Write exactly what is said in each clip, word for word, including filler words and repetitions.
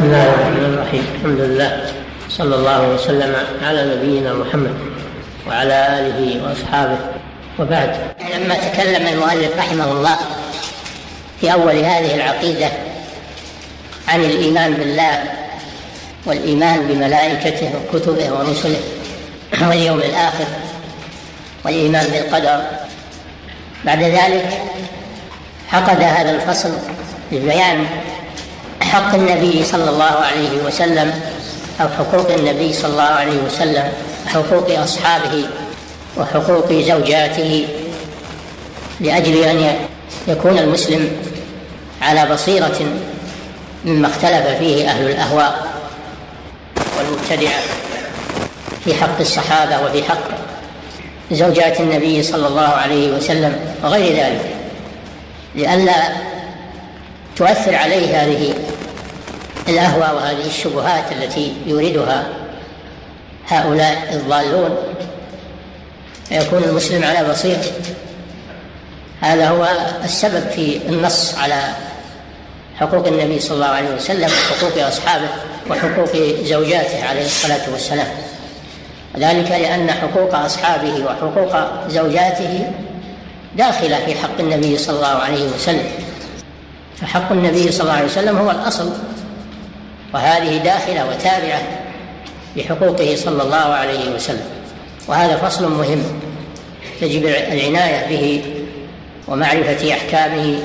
بسم الله الرحمن الرحيم. الحمد لله، صلى الله وسلم على نبينا محمد وعلى آله وأصحابه، وبعد. لما تكلم المؤلف رحمه الله في أول هذه العقيدة عن الإيمان بالله والإيمان بملائكته وكتبه ورسله واليوم الآخر والإيمان بالقدر، بعد ذلك عقد هذا الفصل لبيان حق النبي صلى الله عليه وسلم أو حقوق النبي صلى الله عليه وسلم، حقوق أصحابه وحقوق زوجاته، لأجل أن يكون المسلم على بصيرة مما اختلف فيه أهل الأهواء والمبتدعة في حق الصحابة وفي حق زوجات النبي صلى الله عليه وسلم وغير ذلك، لئلا تؤثر عليه هذه الأهواء وهذه الشبهات التي يوردها هؤلاء الضالون، فيكون المسلم على بصيرة. هذا هو السبب في النص على حقوق النبي صلى الله عليه وسلم وحقوق أصحابه وحقوق زوجاته عليه الصلاة والسلام، ذلك لأن حقوق أصحابه وحقوق زوجاته داخلة في حق النبي صلى الله عليه وسلم، فحق النبي صلى الله عليه وسلم هو الأصل، وهذه داخلة وتابعة لحقوقه صلى الله عليه وسلم. وهذا فصل مهم يجب العناية به ومعرفة أحكامه.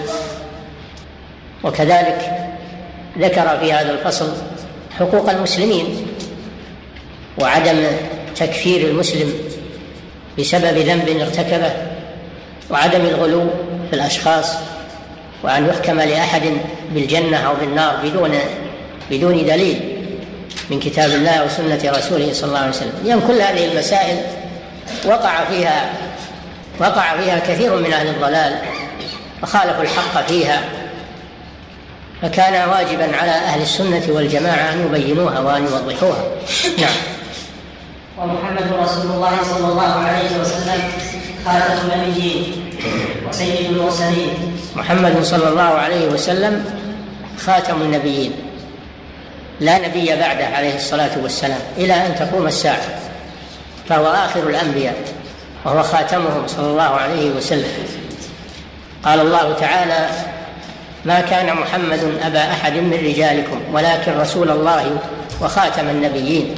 وكذلك ذكر في هذا الفصل حقوق المسلمين وعدم تكفير المسلم بسبب ذنب ارتكبه، وعدم الغلو في الأشخاص، وأن يحكم لأحد بالجنة أو بالنار بدون بدون دليل من كتاب الله وسنة رسوله صلى الله عليه وسلم، لأن كل هذه المسائل وقع فيها وقع فيها كثير من أهل الضلال وخالفوا الحق فيها، فكان واجبا على أهل السنة والجماعة أن يبينوها وأن يوضحوها. نعم. ومحمد رسول الله صلى الله عليه وسلم خاتم النبيين وسيد المرسلين. محمد صلى الله عليه وسلم خاتم النبيين، لا نبي بعده عليه الصلاة والسلام إلى أن تقوم الساعة، فهو آخر الأنبياء وهو خاتمهم صلى الله عليه وسلم. قال الله تعالى: ما كان محمد أبا أحد من رجالكم ولكن رسول الله وخاتم النبيين.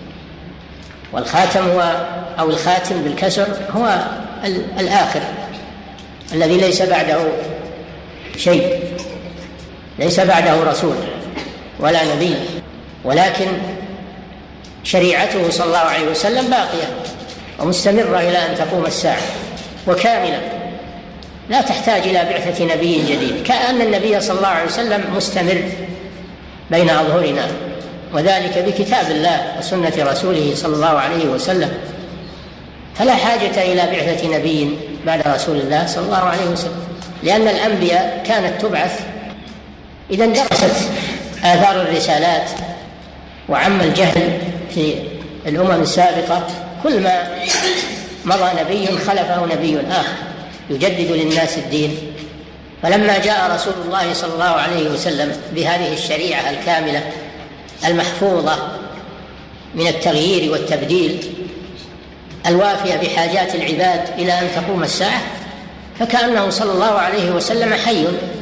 والخاتم هو أو الخاتم بالكسر هو الآخر الذي ليس بعده شيء، ليس بعده رسول ولا نبي، ولكن شريعته صلى الله عليه وسلم باقية ومستمرة إلى أن تقوم الساعة وكاملة، لا تحتاج إلى بعثة نبي جديد، كأن النبي صلى الله عليه وسلم مستمر بين أظهرنا، وذلك بكتاب الله وسنة رسوله صلى الله عليه وسلم، فلا حاجة إلى بعثة نبي بعد رسول الله صلى الله عليه وسلم، لأن الأنبياء كانت تبعث إذا درست آثار الرسالات وعم الجهل في الأمم السابقة، كل ما مضى نبي خلفه نبي آخر يجدد للناس الدين. فلما جاء رسول الله صلى الله عليه وسلم بهذه الشريعة الكاملة المحفوظة من التغيير والتبديل الوافية بحاجات العباد إلى أن تقوم الساعة، فكأنه صلى الله عليه وسلم حي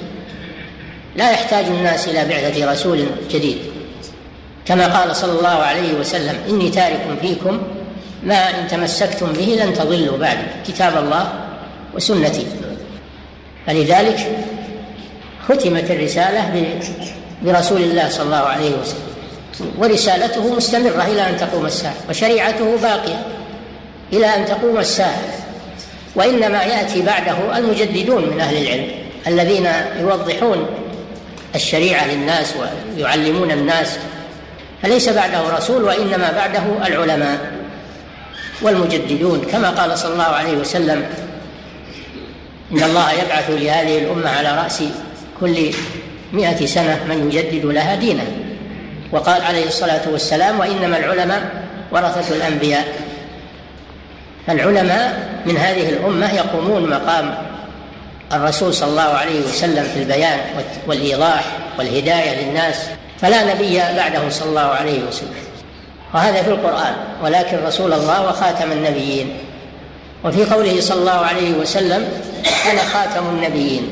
لا يحتاج الناس إلى بعثة رسول جديد، كما قال صلى الله عليه وسلم: إني تارك فيكم ما إن تمسكتم به لن تضلوا بعد، كتاب الله وسنتي. فلذلك ختمت الرسالة برسول الله صلى الله عليه وسلم، ورسالته مستمرة إلى أن تقوم الساعة، وشريعته باقية إلى أن تقوم الساعة. وإنما يأتي بعده المجددون من أهل العلم الذين يوضحون الشريعة للناس ويعلمون الناس، فليس بعده رسول، وإنما بعده العلماء والمجددون، كما قال صلى الله عليه وسلم: إن الله يبعث لهذه الأمة على رأس كل مئة سنة من يجدد لها دينا. وقال عليه الصلاة والسلام: وإنما العلماء ورثة الأنبياء. فالعلماء من هذه الأمة يقومون مقام الرسول صلى الله عليه وسلم في البيان والإيضاح والهداية للناس فلا نبي بعده صلى الله عليه وسلم، وهذا في القرآن، ولكن رسول الله وخاتم النبيين. وفي قوله صلى الله عليه وسلم أنا خاتم النبيين،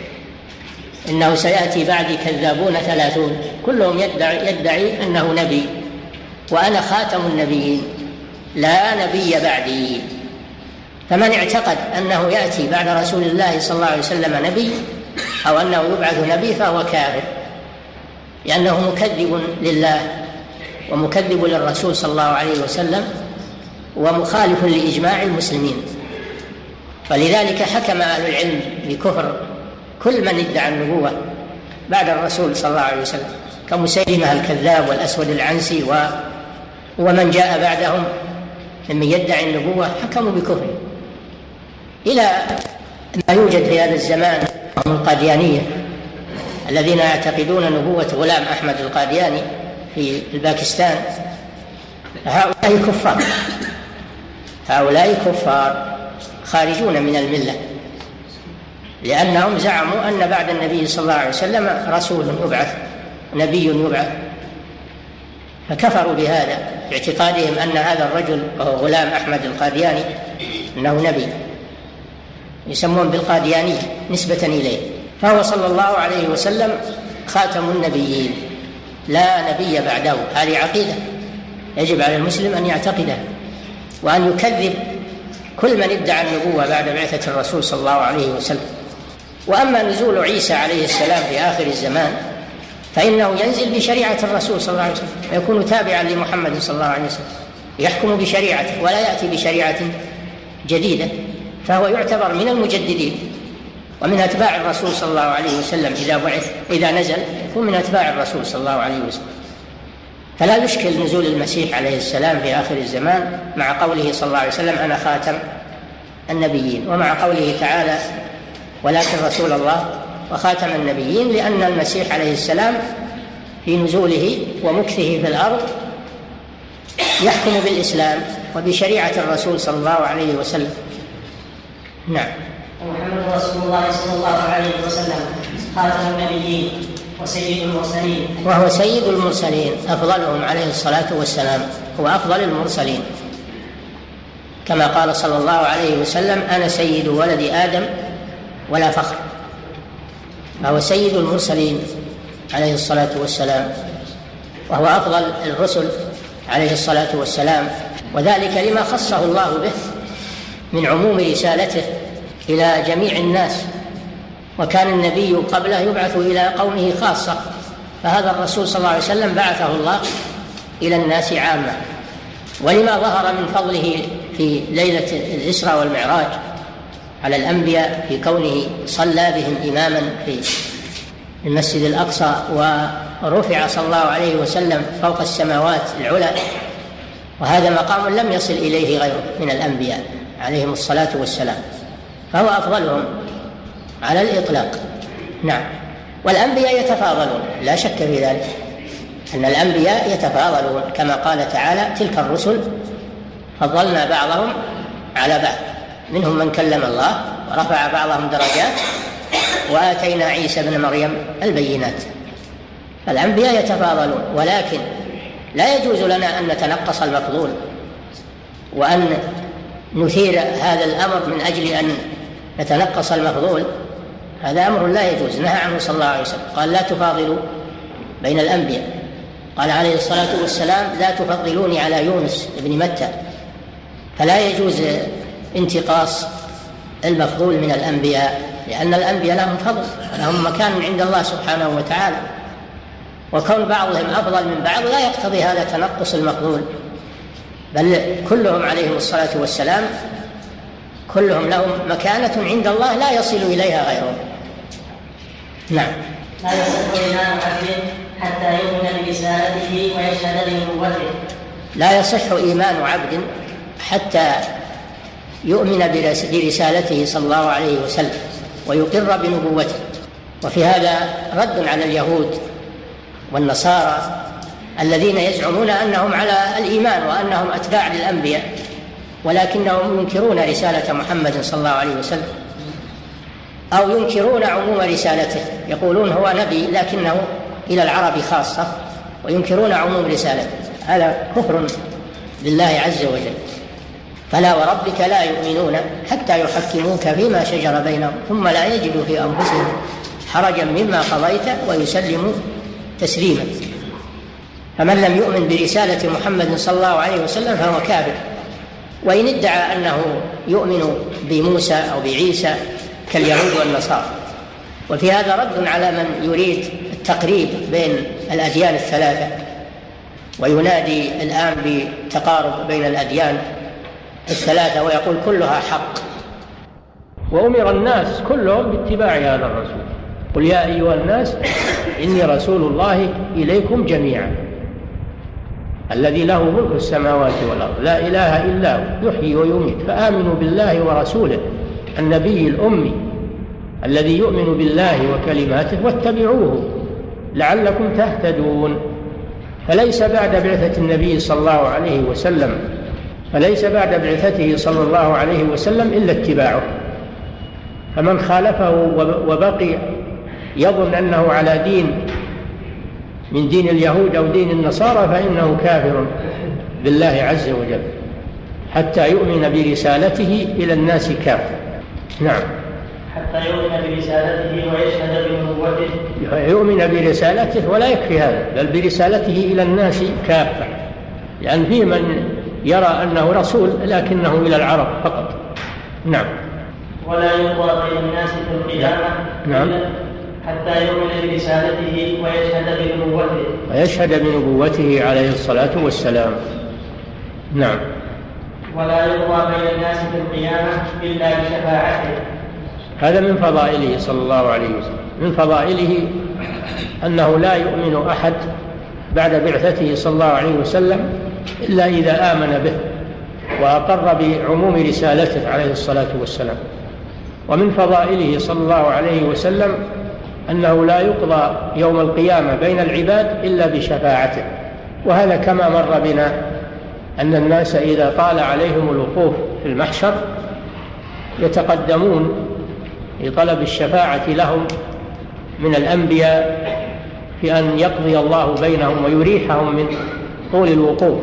إنه سيأتي بعدي كذابون ثلاثون كلهم يدعي, يدعي أنه نبي، وأنا خاتم النبيين لا نبي بعدي. فمن اعتقد أنه يأتي بعد رسول الله صلى الله عليه وسلم نبي أو أنه يبعث نبي فهو كافر، لأنه مكذب لله ومكذب للرسول صلى الله عليه وسلم ومخالف لإجماع المسلمين. فلذلك حكم أهل العلم بكفر كل من ادعى النبوة بعد الرسول صلى الله عليه وسلم، كمسيلمة الكذاب والأسود العنسي ومن جاء بعدهم ممن يدعي النبوة، حكموا بكفره. إلى ما يوجد في هذا الزمان هم القاديانية الذين يعتقدون نبوة غلام أحمد القادياني في باكستان. هؤلاء كفار، هؤلاء كفار خارجون من الملة، لأنهم زعموا أن بعد النبي صلى الله عليه وسلم رسول يبعث، نبي يبعث، فكفروا بهذا باعتقادهم أن هذا الرجل وهو غلام أحمد القادياني أنه نبي، يسمون بالقاديانية نسبة إليه. فهو صلى الله عليه وسلم خاتم النبيين لا نبي بعده. هذه عقيدة يجب على المسلم أن يعتقدها وأن يكذب كل من ادعى النبوة بعد بعثة الرسول صلى الله عليه وسلم. وأما نزول عيسى عليه السلام في آخر الزمان فإنه ينزل بشريعة الرسول صلى الله عليه وسلم، يكون تابعا لمحمد صلى الله عليه وسلم، يحكم بشريعته ولا يأتي بشريعة جديدة، فهو يعتبر من المجددين ومن أتباع الرسول صلى الله عليه وسلم. إذا بعث إذا نزل يكون من أتباع الرسول صلى الله عليه وسلم. فلا يشكل نزول المسيح عليه السلام في آخر الزمان مع قوله صلى الله عليه وسلم أنا خاتم النبيين، ومع قوله تعالى ولكن رسول الله وخاتم النبيين، لأن المسيح عليه السلام في نزوله ومكثه في الأرض يحكم بالإسلام وبشريعة الرسول صلى الله عليه وسلم. نعم. محمد رسول الله صلى الله عليه وسلم خاتم النبيين وسيد المرسلين، وهو سيد المرسلين أفضلهم عليه الصلاة والسلام، هو أفضل المرسلين، كما قال صلى الله عليه وسلم أنا سيد ولد آدم ولا فخر. فهو سيد المرسلين عليه الصلاة والسلام، وهو أفضل الرسل عليه الصلاة والسلام، وذلك لما خصه الله به من عموم رسالته إلى جميع الناس، وكان النبي قبله يبعث إلى قومه خاصة، فهذا الرسول صلى الله عليه وسلم بعثه الله إلى الناس عامة. ولما ظهر من فضله في ليلة الإسراء والمعراج على الأنبياء في كونه صلى بهم إماما في المسجد الأقصى، ورفع صلى الله عليه وسلم فوق السماوات العلى، وهذا مقام لم يصل إليه غيره من الأنبياء عليهم الصلاة والسلام، فهو أفضلهم على الإطلاق. نعم. والأنبياء يتفاضلون لا شك في ذلك، أن الأنبياء يتفاضلون كما قال تعالى تلك الرسل فضلنا بعضهم على بعض منهم من كلم الله ورفع بعضهم درجات وآتينا عيسى بن مريم البينات. الأنبياء يتفاضلون، ولكن لا يجوز لنا أن نتنقص المفضول وأن نثير هذا الأمر من أجل أن نتنقص المفضول، هذا أمر لا يجوز، نهى عنه صلى الله عليه وسلم، قال لا تفاضلوا بين الأنبياء، قال عليه الصلاة والسلام لا تفضلوني على يونس ابن متى. فلا يجوز انتقاص المفضول من الأنبياء، لأن الأنبياء لهم فضل لهم مكان عند الله سبحانه وتعالى، وكون بعضهم أفضل من بعض لا يقتضي هذا تنقص المفضول، بل كلهم عليهم الصلاة والسلام كلهم لهم مكانة عند الله لا يصل إليها غيرهم. نعم. لا يصح إيمان عبد حتى يؤمن برسالته ويشهد بنبوته. لا يصح إيمان عبد حتى يؤمن برسالته صلى الله عليه وسلم ويقر بنبوته. وفي هذا رد على اليهود والنصارى الذين يزعمون أنهم على الإيمان وأنهم أتباع للأنبياء، ولكنهم ينكرون رسالة محمد صلى الله عليه وسلم، أو ينكرون عموم رسالته، يقولون هو نبي لكنه إلى العرب خاصة وينكرون عموم رسالته، هذا كفر بالله عز وجل. فلا وربك لا يؤمنون حتى يحكموك فيما شجر بينهم ثم لا يجدوا في أنفسهم حرجا مما قضيت ويسلموا تسليما. فمن لم يؤمن برسالة محمد صلى الله عليه وسلم فهو كافر، وإن ادعى أنه يؤمن بموسى أو بعيسى كاليهود والنصارى. وفي هذا رد على من يريد التقريب بين الأديان الثلاثة وينادي الآن بتقارب بين الأديان الثلاثة ويقول كلها حق. وأمر الناس كلهم باتباع هذا الرسول، قل يا أيها الناس إني رسول الله إليكم جميعا الذي له ملك السماوات والأرض لا إله إلا هو يحيي ويميت فآمنوا بالله ورسوله النبي الأمي الذي يؤمن بالله وكلماته واتبعوه لعلكم تهتدون. فليس بعد بعثة النبي صلى الله عليه وسلم فليس بعد بعثته صلى الله عليه وسلم إلا اتباعه. فمن خالفه وبقي يظن أنه على دين من دين اليهود أو دين النصارى فإنه كافر بالله عز وجل حتى يؤمن برسالته إلى الناس كافة. نعم. حتى يؤمن برسالته ويشهد بنبوته. يؤمن برسالته ولا يكفي هذا، بل برسالته إلى الناس كافة، لأن في من يرى أنه رسول لكنه إلى العرب فقط. نعم. ولا يقضى بين الناس في القيامة. نعم. حتى يؤمن برسالته ويشهد بنبوته. ويشهد بنبوته عليه الصلاة والسلام. نعم. ولا يقضى بين الناس في القيامة إلا بشفاعته. هذا من فضائله صلى الله عليه وسلم. من فضائله أنه لا يؤمن أحد بعد بعثته صلى الله عليه وسلم إلا إذا آمن به وأقر بعموم رسالته عليه الصلاة والسلام. ومن فضائله صلى الله عليه وسلم أنه لا يقضى يوم القيامة بين العباد إلا بشفاعته. وهذا كما مر بنا أن الناس إذا طال عليهم الوقوف في المحشر يتقدمون لطلب الشفاعة لهم من الأنبياء في أن يقضي الله بينهم ويريحهم من طول الوقوف،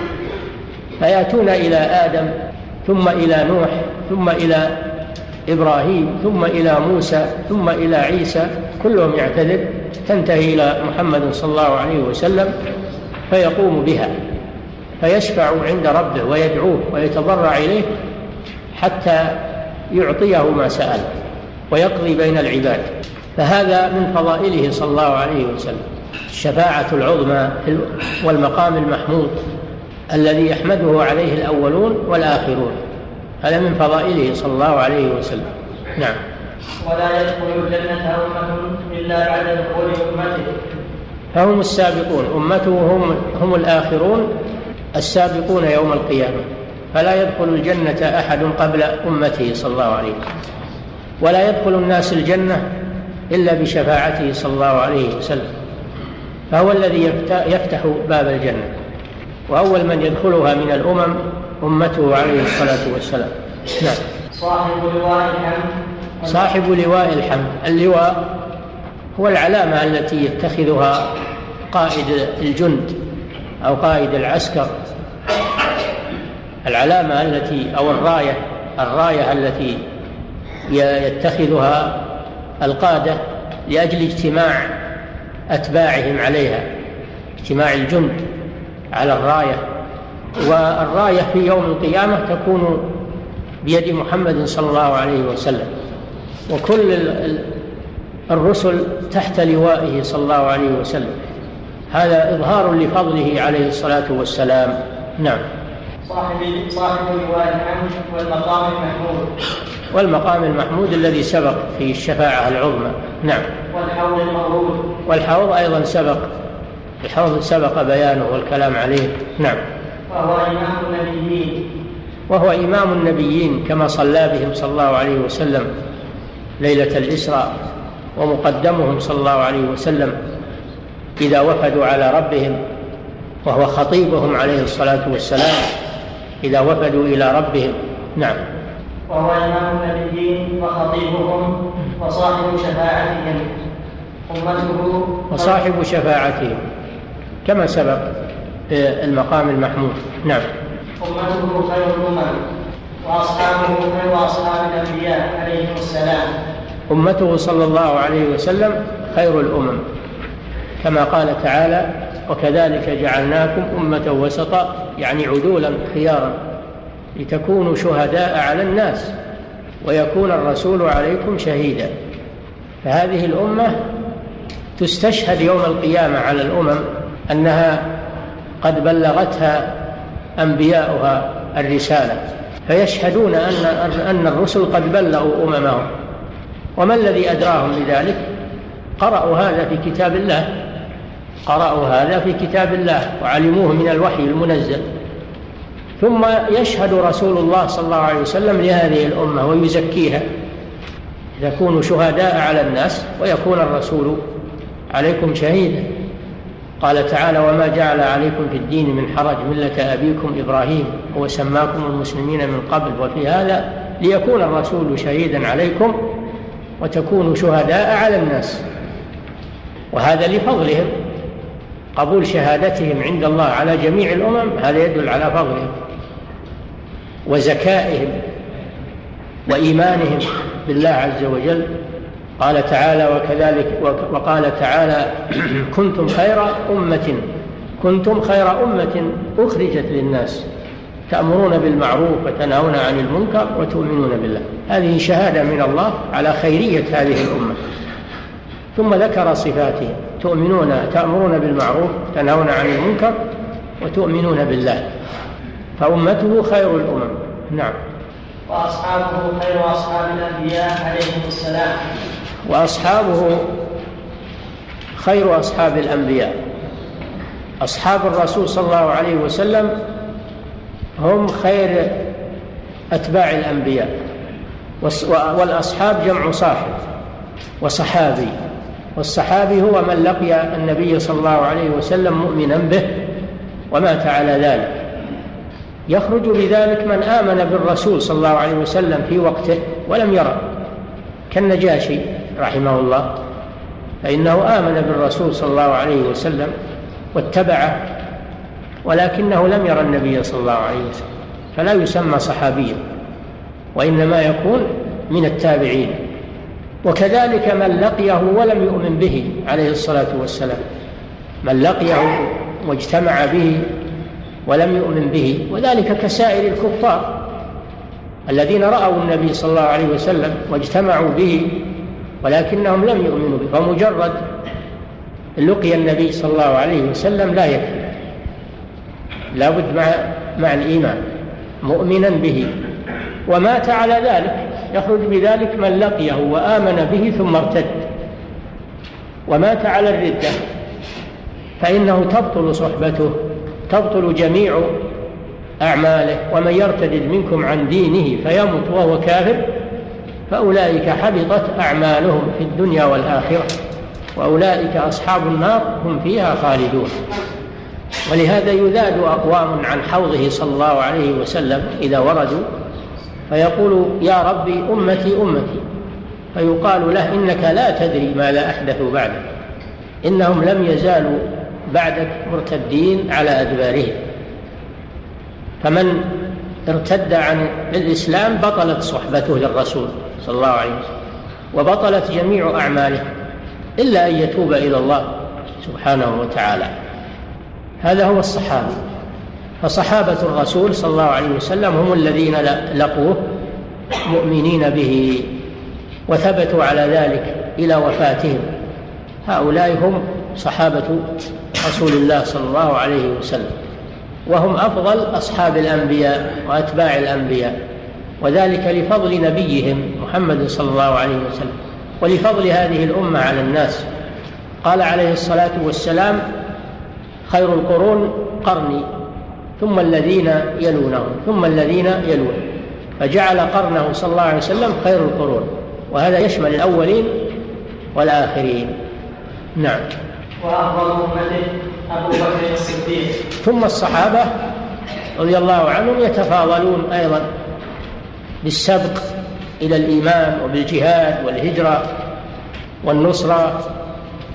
فيأتون إلى آدم ثم إلى نوح ثم إلى إبراهيم ثم إلى موسى ثم إلى عيسى، كلهم يعتذر، تنتهي إلى محمد صلى الله عليه وسلم فيقوم بها فيشفع عند ربه ويدعوه ويتضرع إليه حتى يعطيه ما سأل ويقضي بين العباد. فهذا من فضائله صلى الله عليه وسلم، الشفاعة العظمى والمقام المحمود الذي يحمده عليه الأولون والآخرون، هذا من فضائله صلى الله عليه وسلم. نعم. ولا يدخل الجنة أمة إلا بعد دخول أمته. فهم السابقون، أمته هم, هم الآخرون السابقون يوم القيامة، فلا يدخل الجنة أحد قبل أمته صلى الله عليه وسلم، ولا يدخل الناس الجنة إلا بشفاعته صلى الله عليه وسلم، فهو الذي يفتح باب الجنة، وأول من يدخلها من الأمم أمته عليه الصلاة والسلام. نعم. صاحب لواء الحمد. صاحب لواء الحمد، اللواء هو العلامة التي يتخذها قائد الجند أو قائد العسكر، العلامة التي أو الراية الراية التي يتخذها القادة لأجل اجتماع أتباعهم عليها، اجتماع الجند على الراية. والراية في يوم القيامة تكون بيد محمد صلى الله عليه وسلم، وكل الرسل تحت لوائه صلى الله عليه وسلم، هذا إظهار لفضله عليه الصلاة والسلام. نعم. صاحب صاحب لواء الحمد والمقام المحمود. والمقام المحمود الذي سبق في الشفاعة العظمى. نعم. والحوض المورود. والحوض أيضا سبق، الحوض سبق بيانه والكلام عليه. نعم. وهو إمام النبيين. وهو إمام النبيين كما صلى بهم صلى الله عليه وسلم ليلة الإسراء، ومقدمهم صلى الله عليه وسلم إذا وفدوا على ربهم، وهو خطيبهم عليه الصلاة والسلام إذا وفدوا إلى ربهم. نعم. وهو إمام النبيين وخطيبهم وصاحب شفاعتهم. أمته وصاحب شفاعته كما سبق في المقام المحمود. نعم. أمته خير الأمم وأصحابه خير أصحاب الأنبياء عليهم السلام. أمته صلى الله عليه وسلم خير الأمم كما قال تعالى: وكذلك جعلناكم أمة وسطا، يعني عدولا خيارا، لتكونوا شهداء على الناس ويكون الرسول عليكم شهيدا. فهذه الأمة تستشهد يوم القيامة على الأمم أنها قد بلغتها أنبياؤها الرسالة، فيشهدون أن أن الرسل قد بلغوا أممهم. وما الذي أدراهم بذلك؟ قرأوا هذا في كتاب الله قرأوا هذا في كتاب الله وعلموه من الوحي المنزل. ثم يشهد رسول الله صلى الله عليه وسلم لهذه الأمة ويزكيها: تكونوا شهداء على الناس ويكون الرسول عليكم شهيدا. قال تعالى: وما جعل عليكم في الدين من حرج ملة أبيكم إبراهيم هو سماكم المسلمين من قبل وفي هذا ليكون الرسول شهيدا عليكم وتكونوا شهداء على الناس. وهذا لفضلهم، قبول شهادتهم عند الله على جميع الأمم هذا يدل على فضلهم وزكائهم وإيمانهم بالله عز وجل. قال تعالى: وكذلك وقال تعالى: كنتم خير أمة كنتم خير أمة أخرجت للناس تأمرون بالمعروف وتنهون عن المنكر وتؤمنون بالله. هذه شهادة من الله على خيرية هذه الأمة. ثم ذكر صفاتهم: تؤمنون تأمرون بالمعروف تنهون عن المنكر وتؤمنون بالله. فأمته خير الأمم. نعم. وأصحابه خير أصحاب الأنبياء عليهم السلام. وأصحابه خير أصحاب الأنبياء. أصحاب الرسول صلى الله عليه وسلم هم خير أتباع الأنبياء. والأصحاب جمع صاحب وصحابي، والصحابي هو من لقي النبي صلى الله عليه وسلم مؤمنا به ومات على ذلك. يخرج بذلك من آمن بالرسول صلى الله عليه وسلم في وقته ولم يره، كالنجاشي رحمه الله، فإنه آمن بالرسول صلى الله عليه وسلم واتبعه ولكنه لم يرى النبي صلى الله عليه وسلم، فلا يسمى صحابيا وإنما يكون من التابعين. وكذلك من لقيه ولم يؤمن به عليه الصلاة والسلام، من لقيه واجتمع به ولم يؤمن به، وذلك كسائر الكفار الذين رأوا النبي صلى الله عليه وسلم واجتمعوا به ولكنهم لم يؤمنوا به. فمجرد لقي النبي صلى الله عليه وسلم لا يكفي، لا بد مع, مع الإيمان مؤمنا به ومات على ذلك. يخرج بذلك من لقيه وآمن به ثم ارتد ومات على الردة، فإنه تبطل صحبته، تبطل جميع أعماله. ومن يرتد منكم عن دينه فيمت وهو كافر فأولئك حبطت أعمالهم في الدنيا والآخرة وأولئك أصحاب النار هم فيها خالدون. ولهذا يذاد أقوام عن حوضه صلى الله عليه وسلم إذا وردوا فيقول: يا ربي أمتي أمتي، فيقال له: إنك لا تدري ما لا أحدثوا بعدك، إنهم لم يزالوا بعدك مرتدين على أدبارهم. فمن ارتد عن الإسلام بطلت صحبته للرسول صلى الله عليه وسلم وبطلت جميع أعماله إلا أن يتوب إلى الله سبحانه وتعالى. هذا هو الصحابة. فصحابة الرسول صلى الله عليه وسلم هم الذين لقوه مؤمنين به وثبتوا على ذلك إلى وفاتهم. هؤلاء هم صحابة رسول الله صلى الله عليه وسلم، وهم أفضل أصحاب الأنبياء وأتباع الأنبياء، وذلك لفضل نبيهم محمد صلى الله عليه وسلم ولفضل هذه الأمة على الناس. قال عليه الصلاة والسلام: خير القرون قرني ثم الذين يلونهم ثم الذين يلون، فجعل قرنه صلى الله عليه وسلم خير القرون، وهذا يشمل الأولين والآخرين. نعم. وأفضل أمته أبو بكر الصديق. ثم الصحابة رضي الله عنهم يتفاضلون أيضا بالسبق إلى الإيمان وبالجهاد والهجرة والنصرة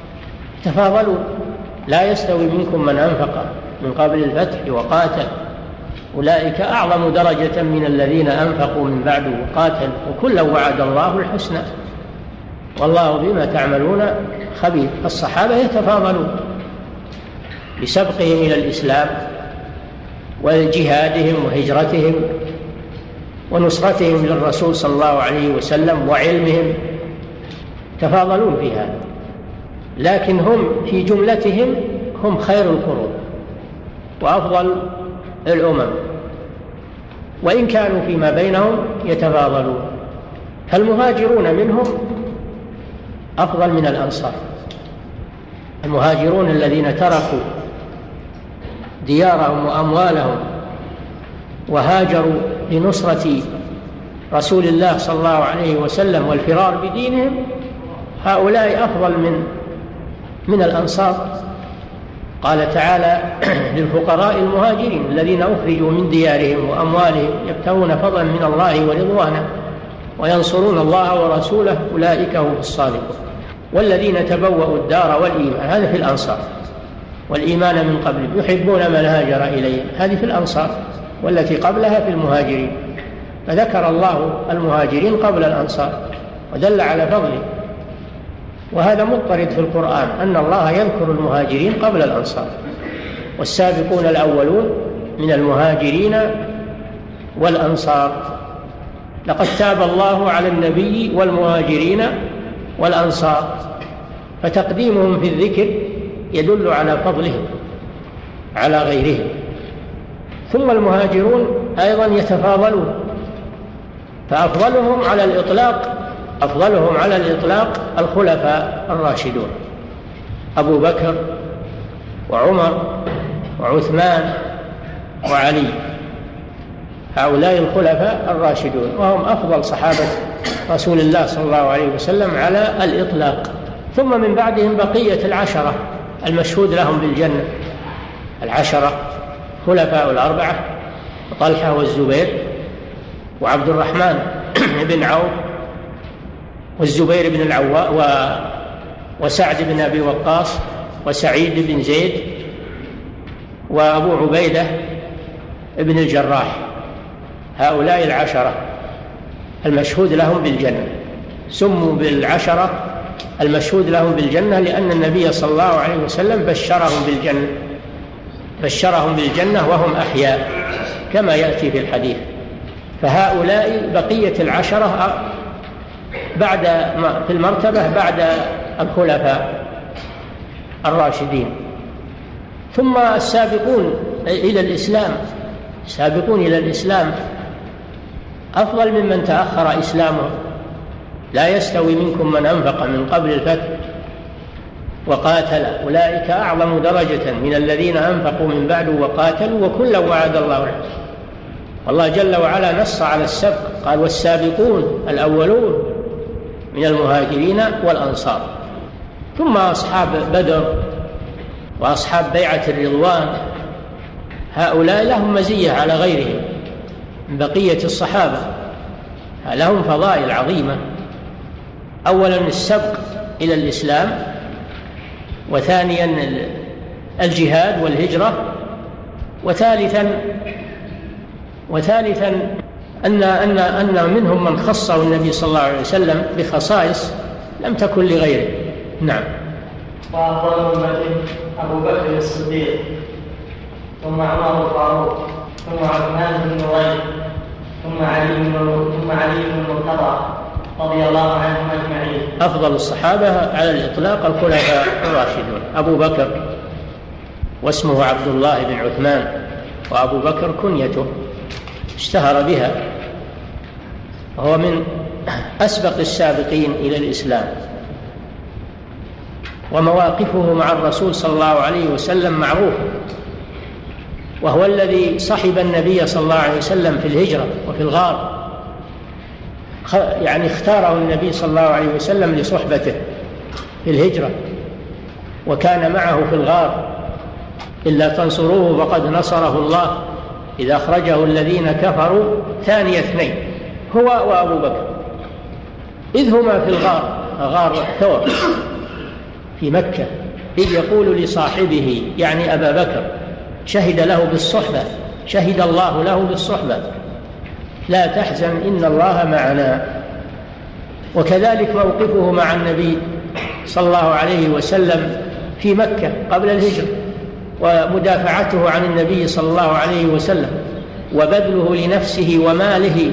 تفاضلوا. لا يستوي منكم من أنفق من قبل الفتح وقاتل، أولئك أعظم درجة من الذين أنفقوا من بعد وقاتل، وكلا وعد الله الحسنى والله بما تعملون خبير. الصحابة يتفاضلون بسبقهم إلى الإسلام وجهادهم وهجرتهم ونصرتهم للرسول صلى الله عليه وسلم وعلمهم، تفاضلون في هذا، لكن هم في جملتهم هم خير القرون وأفضل الأمم، وإن كانوا فيما بينهم يتفاضلون. فالمهاجرون منهم أفضل من الأنصار. المهاجرون الذين تركوا ديارهم وأموالهم وهاجروا لنصرة رسول الله صلى الله عليه وسلم والفرار بدينهم، هؤلاء أفضل من من الأنصار. قال تعالى للفقراء المهاجرين الذين أخرجوا من ديارهم وأموالهم يبتغون فضلا من الله ورضوانا وينصرون الله ورسوله أولئك هم الصادقون. والذين تبوأوا الدار والإيمان، هذا في الأنصار، والإيمان من قبل يحبون من هاجر إليهم، هذه في الأنصار، والتي قبلها في المهاجرين. فذكر الله المهاجرين قبل الأنصار ودل على فضله، وهذا مضطرد في القرآن أن الله يذكر المهاجرين قبل الأنصار. والسابقون الأولون من المهاجرين والأنصار، لقد تاب الله على النبي والمهاجرين والأنصار، فتقديمهم في الذكر يدل على فضلهم على غيرهم. ثم المهاجرون أيضا يتفاضلون، فأفضلهم على الإطلاق أفضلهم على الإطلاق الخلفاء الراشدون، أبو بكر وعمر وعثمان وعلي، هؤلاء الخلفاء الراشدون، وهم أفضل صحابة رسول الله صلى الله عليه وسلم على الإطلاق. ثم من بعدهم بقية العشرة المشهود لهم بالجنة، العشرة خلفاء الأربعة، طلحة والزبير وعبد الرحمن بن عوف والزبير بن العواء و... وسعد بن أبي وقاص وسعيد بن زيد وأبو عبيدة بن الجراح، هؤلاء العشرة المشهود لهم بالجنة. سموا بالعشرة المشهود لهم بالجنة لأن النبي صلى الله عليه وسلم بشرهم بالجنة بشرهم بالجنة وهم أحياء كما يأتي في الحديث. فهؤلاء بقية العشرة بعد في المرتبة بعد الخلفاء الراشدين. ثم السابقون إلى الإسلام السابقون إلى الإسلام أفضل ممن تأخر إسلامه. لا يستوي منكم من أنفق من قبل الفتح وقاتل، أولئك أعظم درجة من الذين أنفقوا من بعد وقاتلوا وكلا وعد الله الحسنى. والله جل وعلا نص على السبق، قال والسابقون الأولون من المهاجرين والأنصار. ثم أصحاب بدر وأصحاب بيعة الرضوان، هؤلاء لهم مزية على غيرهم من بقية الصحابة، لهم فضائل عظيمة. أولا السبق إلى الإسلام، وثانيا الجهاد والهجرة، وثالثا وثالثا أن أن أن منهم من خصه النبي صلى الله عليه وسلم بخصائص لم تكن لغيره. نعم. وأفضل أمته أبو بكر الصديق، ثم عمر الفاروق، ثم عثمان بن نورين، ثم علي بن ثم علي بن المرتضى رضي الله عنهم أجمعين. أفضل الصحابة على الإطلاق الخلفاء الراشدون، أبو بكر واسمه عبد الله بن عثمان، وأبو بكر كنيته اشتهر بها، وهو من أسبق السابقين إلى الإسلام، ومواقفه مع الرسول صلى الله عليه وسلم معروفة، وهو الذي صحب النبي صلى الله عليه وسلم في الهجرة وفي الغار، يعني اختاره النبي صلى الله عليه وسلم لصحبته في الهجرة، وكان معه في الغار. إلا تنصروه فقد نصره الله إذ أخرجه الذين كفروا ثاني اثنين هو وأبو بكر إذ هما في الغار، غار ثور في مكة، إذ يقول لصاحبه يعني أبا بكر شهد له بالصحبة، شهد الله له بالصحبة: لا تحزن إن الله معنا. وكذلك موقفه مع النبي صلى الله عليه وسلم في مكة قبل الهجرة، ومدافعته عن النبي صلى الله عليه وسلم، وبذله لنفسه وماله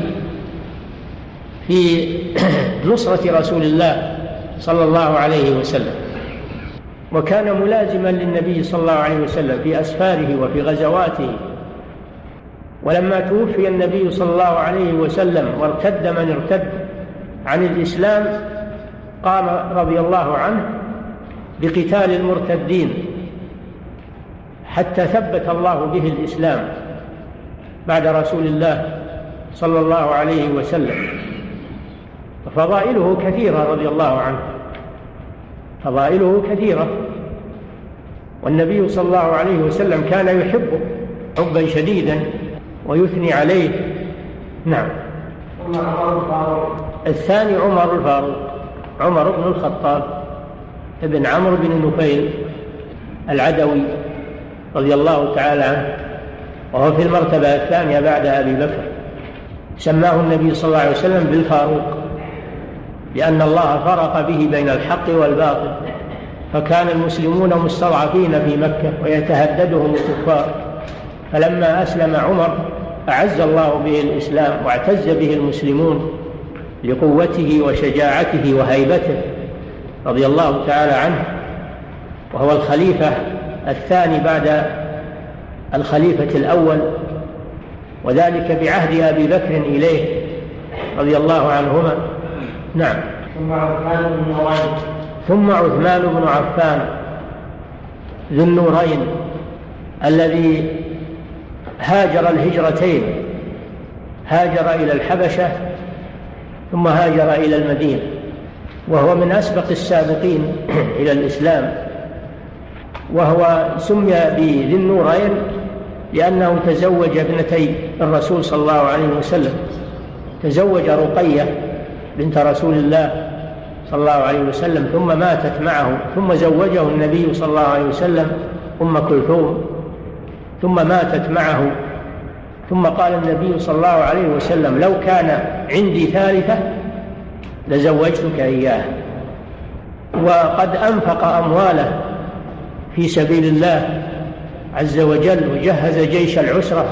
في نصرة رسول الله صلى الله عليه وسلم. وكان ملازما للنبي صلى الله عليه وسلم في أسفاره وفي غزواته. ولما توفي النبي صلى الله عليه وسلم وارتد من ارتد عن الإسلام قام رضي الله عنه بقتال المرتدين حتى ثبت الله به الإسلام بعد رسول الله صلى الله عليه وسلم. فضائله كثيرة رضي الله عنه، فضائله كثيرة، والنبي صلى الله عليه وسلم كان يحبه حبا شديدا ويثني عليه. نعم. الثاني عمر الفاروق، عمر بن الخطاب ابن عمرو بن نفيل العدوي رضي الله تعالى عنه، وهو في المرتبة الثانية بعد أبي بكر. سماه النبي صلى الله عليه وسلم بالفاروق لأن الله فرق به بين الحق والباطل، فكان المسلمون مستضعفين في مكة ويتهددهم الكفار، فلما أسلم عمر أعز الله به الإسلام واعتز به المسلمون لقوته وشجاعته وهيبته رضي الله تعالى عنه، وهو الخليفة الثاني بعد الخليفة الأول، وذلك بعهد أبي بكر إليه رضي الله عنهما. نعم. ثم عثمان بن نورين ثم عثمان بن عفان ذو النورين الذي هاجر الهجرتين، هاجر إلى الحبشة ثم هاجر إلى المدينة، وهو من أسبق السابقين إلى الإسلام. وهو سمي بذي النورين لأنه تزوج ابنتي الرسول صلى الله عليه وسلم، تزوج رقية بنت رسول الله صلى الله عليه وسلم ثم ماتت معه، ثم زوجه النبي صلى الله عليه وسلم أم كلثوم ثم ماتت معه، ثم قال النبي صلى الله عليه وسلم: لو كان عندي ثالثة لزوجتك إياها. وقد أنفق أمواله في سبيل الله عز وجل وجهز جيش العسرة،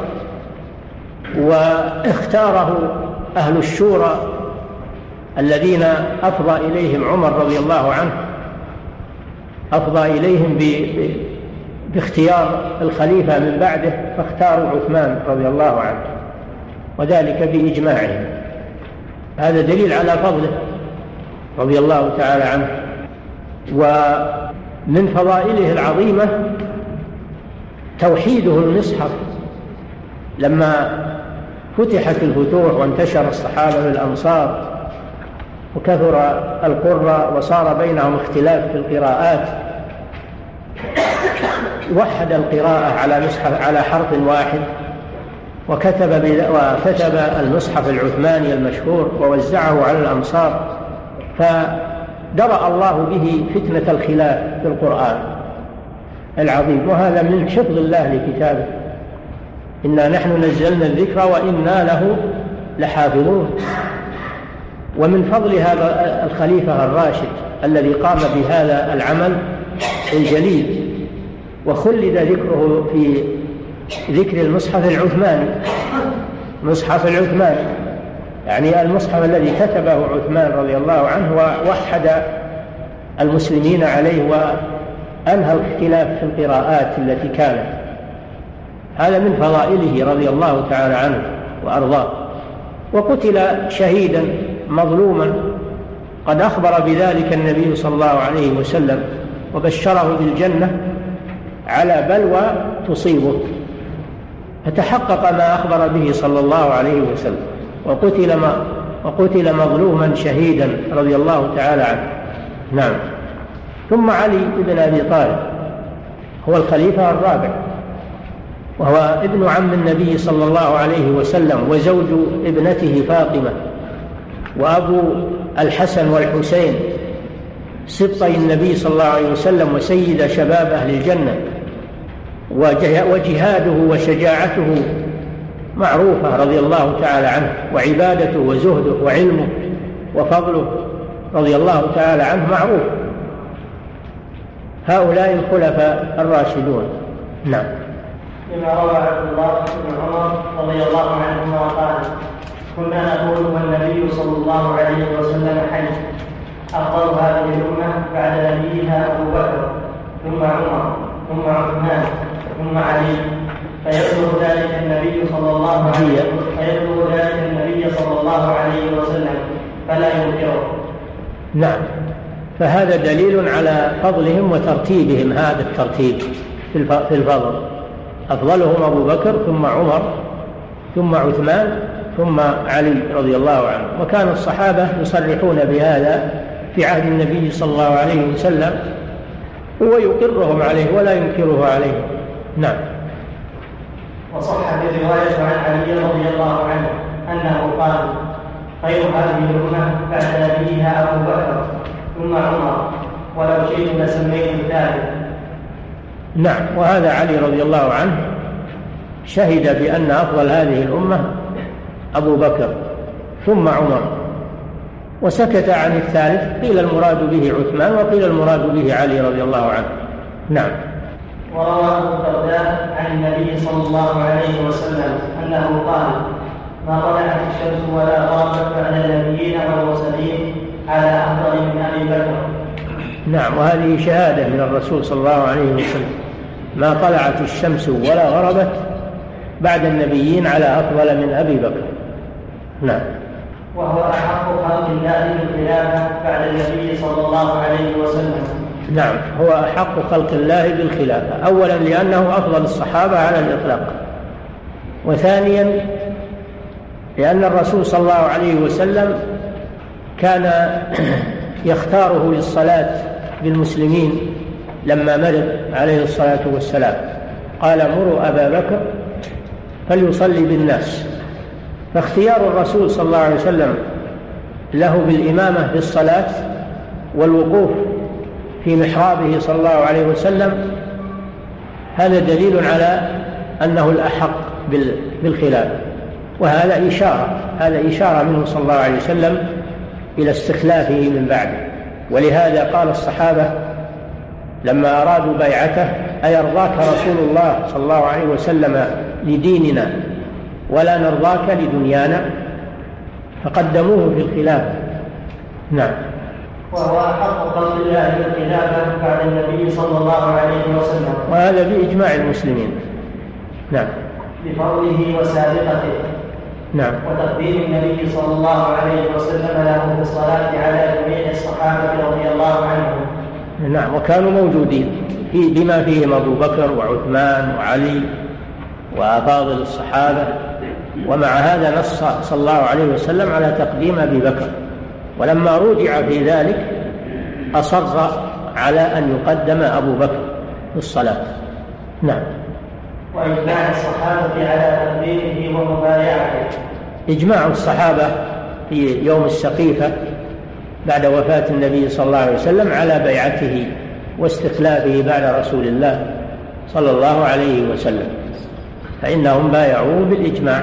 واختاره أهل الشورى الذين أفضى إليهم عمر رضي الله عنه، أفضى إليهم باختيار الخليفة من بعده، فاختاروا عثمان رضي الله عنه، وذلك بإجماعهم. هذا دليل على فضله رضي الله تعالى عنه. ومن فضائله العظيمة توحيده المصحف. لما فتحت الفتوح وانتشر الصحابة في الأمصار وكثر القراء وصار بينهم اختلاف في القراءات، وحد القراءة على مصحف على حرف واحد، وكتب وكتب المصحف العثماني المشهور ووزعه على الأمصار، فدرأ الله به فتنة الخلاف في القرآن العظيم. وهذا من حفظ الله لكتابه: إنا نحن نزلنا الذكر وإنا له لحافظون. ومن فضل هذا الخليفة الراشد الذي قام بهذا العمل الجليل وخلد ذكره في ذكر المصحف العثماني، مصحف العثماني يعني المصحف الذي كتبه عثمان رضي الله عنه ووحد المسلمين عليه وأنهى الاختلاف في القراءات التي كانت. هذا من فضائله رضي الله تعالى عنه وأرضاه. وقتل شهيدا مظلوما، قد أخبر بذلك النبي صلى الله عليه وسلم وبشره بالجنة على بلوى تصيبه، فتحقق ما أخبر به صلى الله عليه وسلم، وقتل, ما وقتل مظلوما شهيدا رضي الله تعالى عنه. نعم. ثم علي بن أبي طالب هو الخليفة الرابع، وهو ابن عم النبي صلى الله عليه وسلم وزوج ابنته فاطمة، وأبو الحسن والحسين سبطي النبي صلى الله عليه وسلم وسيد شباب أهل الجنة، وجهاده وشجاعته معروفة رضي الله تعالى عنه، وعبادته وزهده وعلمه وفضله رضي الله تعالى عنه معروف. هؤلاء الخلفاء الراشدون. نعم. لما روى عبد الله بن عمر رضي الله عنهما قال: كنا نقول والنبي صلى الله عليه وسلم حي، أفضل هذه الأمة بعد نبيها أبو بكر ثم عمر ثم عثمان ثم علي، فيبلغ ذلك النبي صلى الله عليه فيبلغ ذلك النبي صلى الله عليه وسلم فلا ينكره. نعم، فهذا دليل على فضلهم وترتيبهم، هذا الترتيب في الفضل، أفضلهم أبو بكر ثم عمر ثم عثمان ثم علي رضي الله عنه. وكان الصحابة يصرحون بهذا في عهد النبي صلى الله عليه وسلم، ويقرهم عليه ولا ينكره عليه. نعم. وصح في رواية عن علي رضي الله عنه أنه قال: خير هذه الأمة بعد نبيها أبو بكر ثم عمر، ولو شئت لسميت الثالث. نعم، وهذا علي رضي الله عنه شهد بأن أفضل هذه الأمة أبو بكر ثم عمر، وسكت عن الثالث، قيل المراد به عثمان وقيل المراد به علي رضي الله عنه. نعم. وروى أبو الدرداء عن النبي صلى الله عليه وسلم أنه قال: ما طلعت الشمس ولا غابت بعد النبيين والمرسلين على أفضل من أبي بكر. نعم، وهذه شهادة من الرسول صلى الله عليه وسلم: ما طلعت الشمس ولا غربت بعد النبيين على أفضل من أبي بكر. نعم. وهو أحق خلق الله بالخلافة بعد النبي صلى الله عليه وسلم. نعم، هو أحق خلق الله بالخلافة، أولا لأنه أفضل الصحابة على الإطلاق، وثانيا لأن الرسول صلى الله عليه وسلم كان يختاره للصلاة بالمسلمين لما مرض عليه الصلاة والسلام، قال: مروا أبا بكر فليصلي بالناس. فاختيار الرسول صلى الله عليه وسلم له بالإمامة في الصلاة والوقوف في محرابه صلى الله عليه وسلم هذا دليل على أنه الأحق بالخلافة، وهذا إشارة هذا إشارة منه صلى الله عليه وسلم إلى استخلافه من بعده. ولهذا قال الصحابة لما أرادوا بيعته: أيرضاك رسول الله صلى الله عليه وسلم لديننا ولا نرضاك لدنيانا؟ فقدموه في الخلافة. نعم. وهو أحق خلق الله بالخلافة بعد النبي صلى الله عليه وسلم، وهذا بإجماع المسلمين. نعم. بفضله وسابقته. نعم. وتقديم النبي صلى الله عليه وسلم له في الصلاة على جميع الصحابة رضي الله عنهم. نعم، وكانوا موجودين في بما فيهم أبو بكر وعثمان وعلي وأفاضل الصحابة، ومع هذا نص صلى الله عليه وسلم على تقديم أبي بكر، ولما رجع في ذلك أصر على أن يقدم أبو بكر في الصلاة. نعم. وإجماع الصحابة على تقديمه ومبايعته. إجماع الصحابة في يوم السقيفة بعد وفاة النبي صلى الله عليه وسلم على بيعته واستخلافه بعد رسول الله صلى الله عليه وسلم، فإنهم بايعوه بالإجماع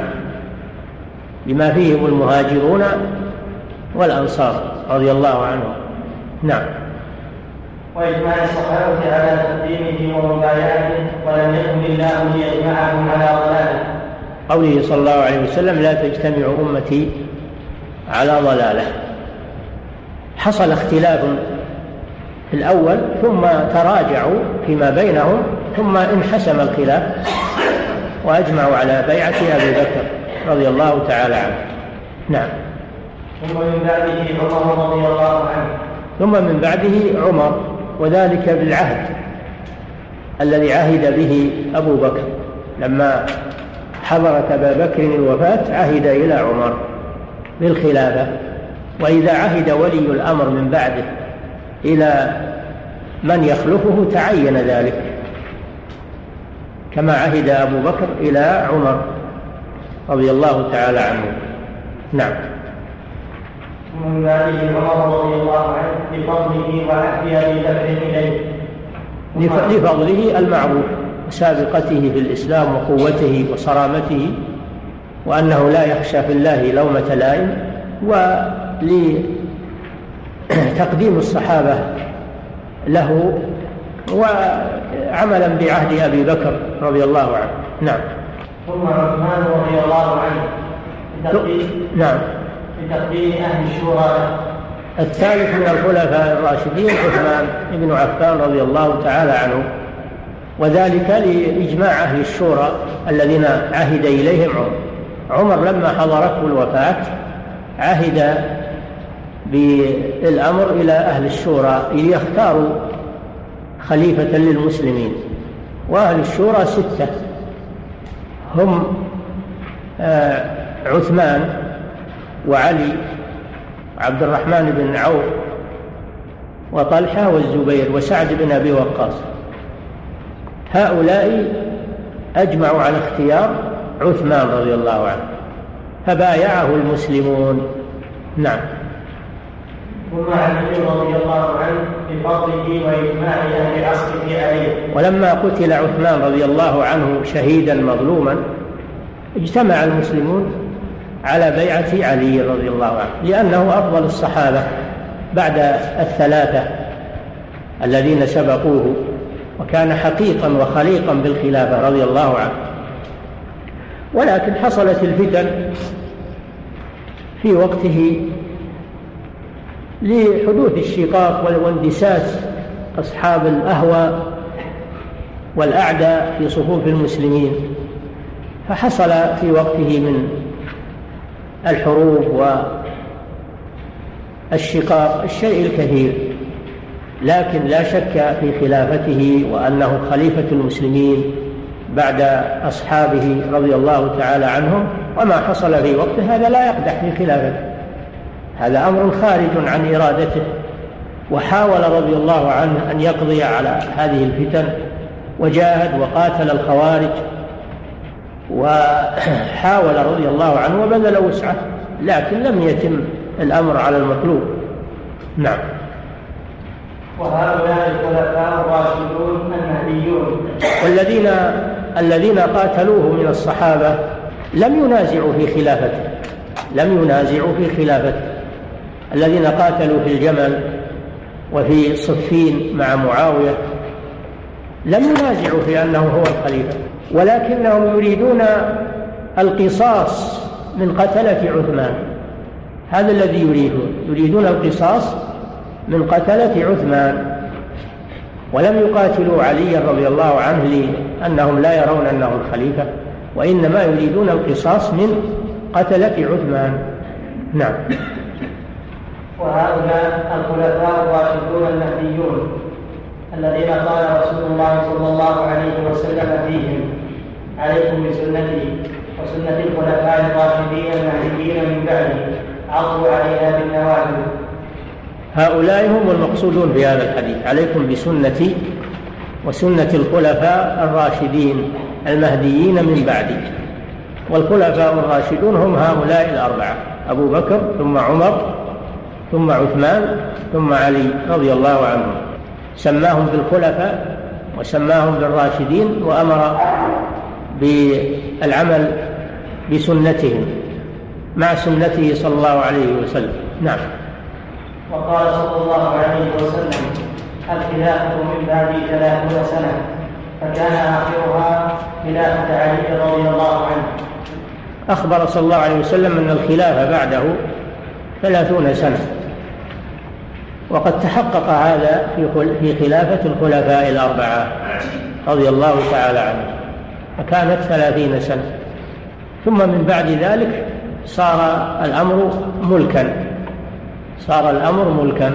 بما فيهم المهاجرون والأنصار رضي الله عنهم. نعم. وإجماع الصحابة على تقديمه ومبايعته، ولم يكن الله ليجمعهم على ضلاله. قوله صلى الله عليه وسلم: لا تجتمع أمتي على ضلاله. حصل اختلاف في الأول ثم تراجعوا فيما بينهم ثم انحسم الخلاف وأجمعوا على بيعة أبي بكر رضي الله تعالى عنه. نعم. ثم من بعده عمر رضي الله عنه. ثم من بعده عمر، وذلك بالعهد الذي عهد به أبو بكر، لما حضرت أبا بكر الوفاة عهد إلى عمر بالخلافة. وإذا عهد ولي الأمر من بعده إلى من يخلفه تعين ذلك، كما عهد أبو بكر إلى عمر رضي الله تعالى عنه. نعم. ومن بعده عمر رضي الله عنه بفضله وعهد أبي بكر إليه لفضله المعروف وسابقته في الإسلام وقوته وصرامته وأنه لا يخشى في الله لومة لائم، ولتقديم الصحابة له وعملا بعهد أبي بكر رضي الله عنه. نعم. ثم عثمان رضي الله عنه بتقديم نعم بتقديم أهل الشورى. الثالث من الخلفاء الراشدين عثمان بن عفان رضي الله تعالى عنه، وذلك لإجماع أهل الشورى الذين عهد إليهم عمر. عمر لما حضرته الوفاة عهد بالأمر إلى أهل الشورى ليختاروا خليفة للمسلمين، وأهل الشورى ستة هم عثمان وعلي وعبد الرحمن بن عوف وطلحة والزبير وسعد بن أبي وقاص. هؤلاء أجمعوا على اختيار عثمان رضي الله عنه فبايعه المسلمون. نعم. ثم علي رضي الله عنه بفضله وإجماع أهل عصره عليه. ولما قتل عثمان رضي الله عنه شهيدا مظلوما اجتمع المسلمون على بيعة علي رضي الله عنه لأنه أفضل الصحابة بعد الثلاثة الذين سبقوه، وكان حقيقا وخليقا بالخلافة رضي الله عنه. ولكن حصلت الفتن في وقته لحدوث الشقاق واندساس أصحاب الأهوى والأعداء في صفوف المسلمين، فحصل في وقته من الحروب والشقاق الشيء الكثير، لكن لا شك في خلافته وأنه خليفة المسلمين بعد أصحابه رضي الله تعالى عنهم، وما حصل في وقته هذا لا يقدح في خلافته، هذا أمر خارج عن إرادته. وحاول رضي الله عنه أن يقضي على هذه الفتن وجاهد وقاتل الخوارج وحاول رضي الله عنه وبذل وسعه، لكن لم يتم الأمر على المطلوب. نعم. وهؤلاء الخلفاء الراشدون المهديون والذين الذين قاتلوه من الصحابة لم ينازعوا في خلافته لم ينازعوا في خلافته الذين قاتلوا في الجمل وفي صفين مع معاوية لم ينازعوا في أنه هو الخليفة، ولكنهم يريدون القصاص من قتلة عثمان. هذا الذي يريدون يريدون القصاص من قتلة عثمان، ولم يقاتلوا علي رضي الله عنه لأنهم لا يرون أنه الخليفة، وإنما يريدون القصاص من قتلة عثمان. نعم. وهؤلاء الخلفاء الراشدون المهديون الذين قال رسول الله صلى الله عليه وسلم فيهم: عليكم بسنتي وسنة الخلفاء الراشدين المهديين من بعدي عضوا عليها بالنواجذ. هؤلاء هم المقصودون في هذا الحديث: عليكم بسنتي وسنة الخلفاء الراشدين المهديين من بعدي. والخلفاء الراشدون هم هؤلاء الأربعة: أبو بكر ثم عمر ثم عثمان ثم علي رضي الله عنهم، سماهم بالخلفاء وسماهم بالراشدين، وأمر بالعمل بسنتهم مع سنته صلى الله عليه وسلم. نعم. وقال صلى الله عليه وسلم: الخلافة من بعدي ثلاثون سنة، فكان آخرها خلافة علي رضي الله عنه. أخبر صلى الله عليه وسلم أن الخلافة بعده ثلاثون سنة، وقد تحقق هذا في خلافة الخلفاء الأربعة رضي الله تعالى عنهم، فكانت ثلاثين سنة. ثم من بعد ذلك صار الأمر ملكا صار الأمر ملكا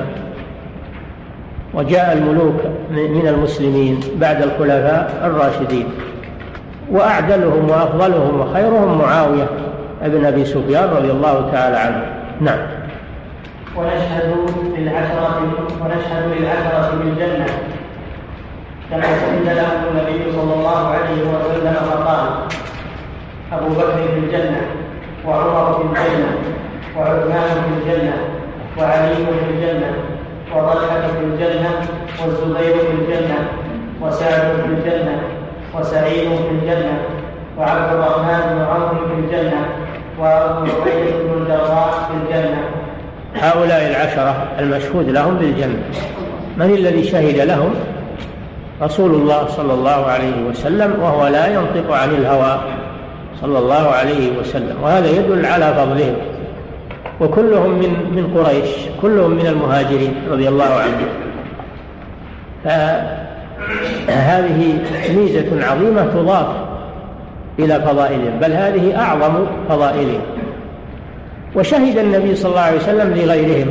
وجاء الملوك من المسلمين بعد الخلفاء الراشدين، وأعدلهم وأفضلهم وخيرهم معاوية ابن أبي سفيان رضي الله تعالى عنه. نعم. ونشهد للعشرة ونشهد للعشرة بالجنة كما شهد لهم النبي صلى الله عليه وسلم فقال: أبو بكر في الجنة، وعمر في الجنة، وعثمان في الجنة، وطلحة في الجنة، والزبير في الجنة، وسعد في الجنة، وسعيد في الجنة، وعبد الرحمن بن عوف في الجنة، وأبو عبيدة بن الجراح في الجنة. هؤلاء العشرة المشهود لهم بالجنة. من الذي شهد لهم؟ رسول الله صلى الله عليه وسلم، وهو لا ينطق عن الهوى صلى الله عليه وسلم، وهذا يدل على فضلهم. وكلهم من من قريش، كلهم من المهاجرين رضي الله عنهم. فهذه ميزة عظيمة تضاف إلى فضائلهم، بل هذه أعظم فضائلهم. وشهد النبي صلى الله عليه وسلم لغيرهم،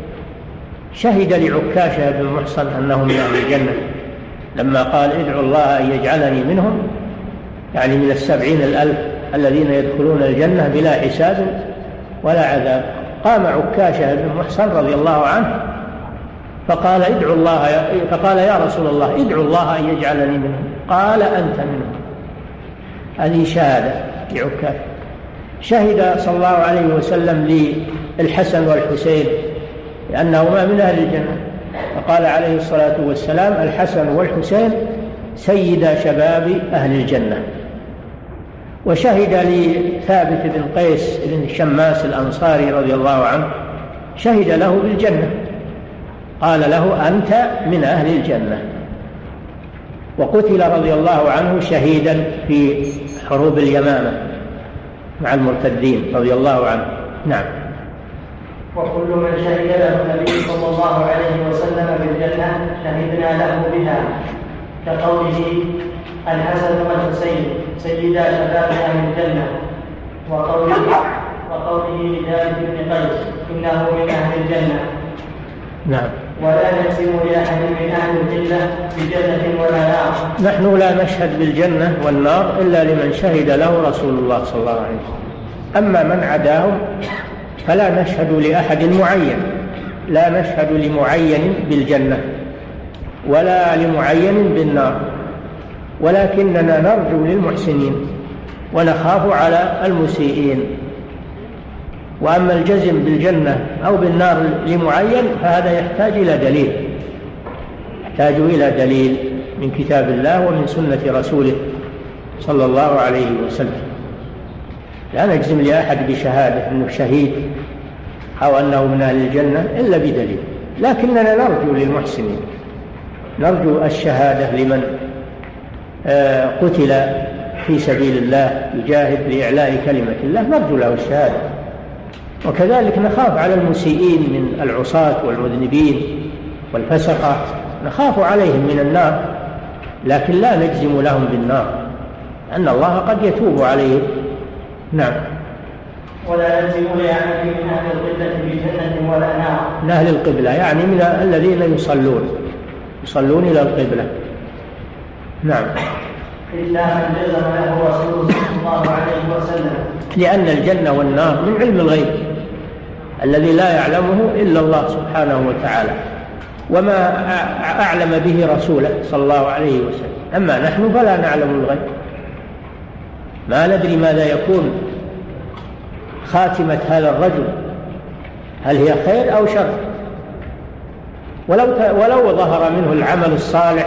شهد لعكاشة بن محصن أنه من أهل الجنة لما قال ادعوا الله أن يجعلني منهم، يعني من السبعين الألف الذين يدخلون الجنة بلا حساب ولا عذاب. قام عكاشة بن محصن رضي الله عنه فقال ادعوا الله، فقال يا رسول الله ادعوا الله أن يجعلني منهم. قال أنت منهم. هذه شهادة لعكاشة. شهد صلى الله عليه وسلم للحسن والحسين لأنهما من أهل الجنة، فقال عليه الصلاة والسلام الحسن والحسين سيدا شباب أهل الجنة. وشهد لثابت بن قيس بن شماس الأنصاري رضي الله عنه، شهد له بالجنة، قال له أنت من أهل الجنة. وقتل رضي الله عنه شهيدا في حروب اليمامة مع المرتدين رضي الله عنه. نعم. وكل من شهد له النبي صلى الله عليه وسلم بالجنة شهدنا له بها، كقوله الحسن والحسين سيدا شباب أهل الجنة، وقوله وقوله لثابت بن قيس إنه من أهل الجنة. نعم. ولا نجزم لأحد من أهل الجنة بجنة ولا نار. نحن لا نشهد بالجنة والنار إلا لمن شهد له رسول الله صلى الله عليه وسلم. أما من عداهم فلا نشهد لأحد معين، لا نشهد لمعين بالجنة ولا لمعين بالنار، ولكننا نرجو للمحسنين ونخاف على المسيئين. وأما الجزم بالجنة أو بالنار لمعين فهذا يحتاج إلى دليل، يحتاج إلى دليل من كتاب الله ومن سنة رسوله صلى الله عليه وسلم. لا نجزم لأحد بشهادة أنه شهيد أو أنه من أهل الجنة إلا بدليل، لكننا نرجو للمحسنين، نرجو الشهادة لمن قتل في سبيل الله يجاهد لإعلاء كلمة الله، نرجو له الشهادة. وكذلك نخاف على المسيئين من العصاة والمذنبين والفسقة، نخاف عليهم من النار، لكن لا نجزم لهم بالنار، أن الله قد يتوب عليهم. نعم. ولا نجزم لأحد من أهل القبلة بجنة ولا نار. من أهل القبلة يعني من الذين يصلون يصلون إلى القبلة. نعم. إلا من جزم له رسول صلى الله عليه وسلم، لأن الجنة والنار من علم الغيب الذي لا يعلمه إلا الله سبحانه وتعالى، وما أعلم به رسوله صلى الله عليه وسلم. أما نحن فلا نعلم الغيب، ما ندري ماذا يكون خاتمة هذا الرجل، هل هي خير أو شر. ولو ولو ظهر منه العمل الصالح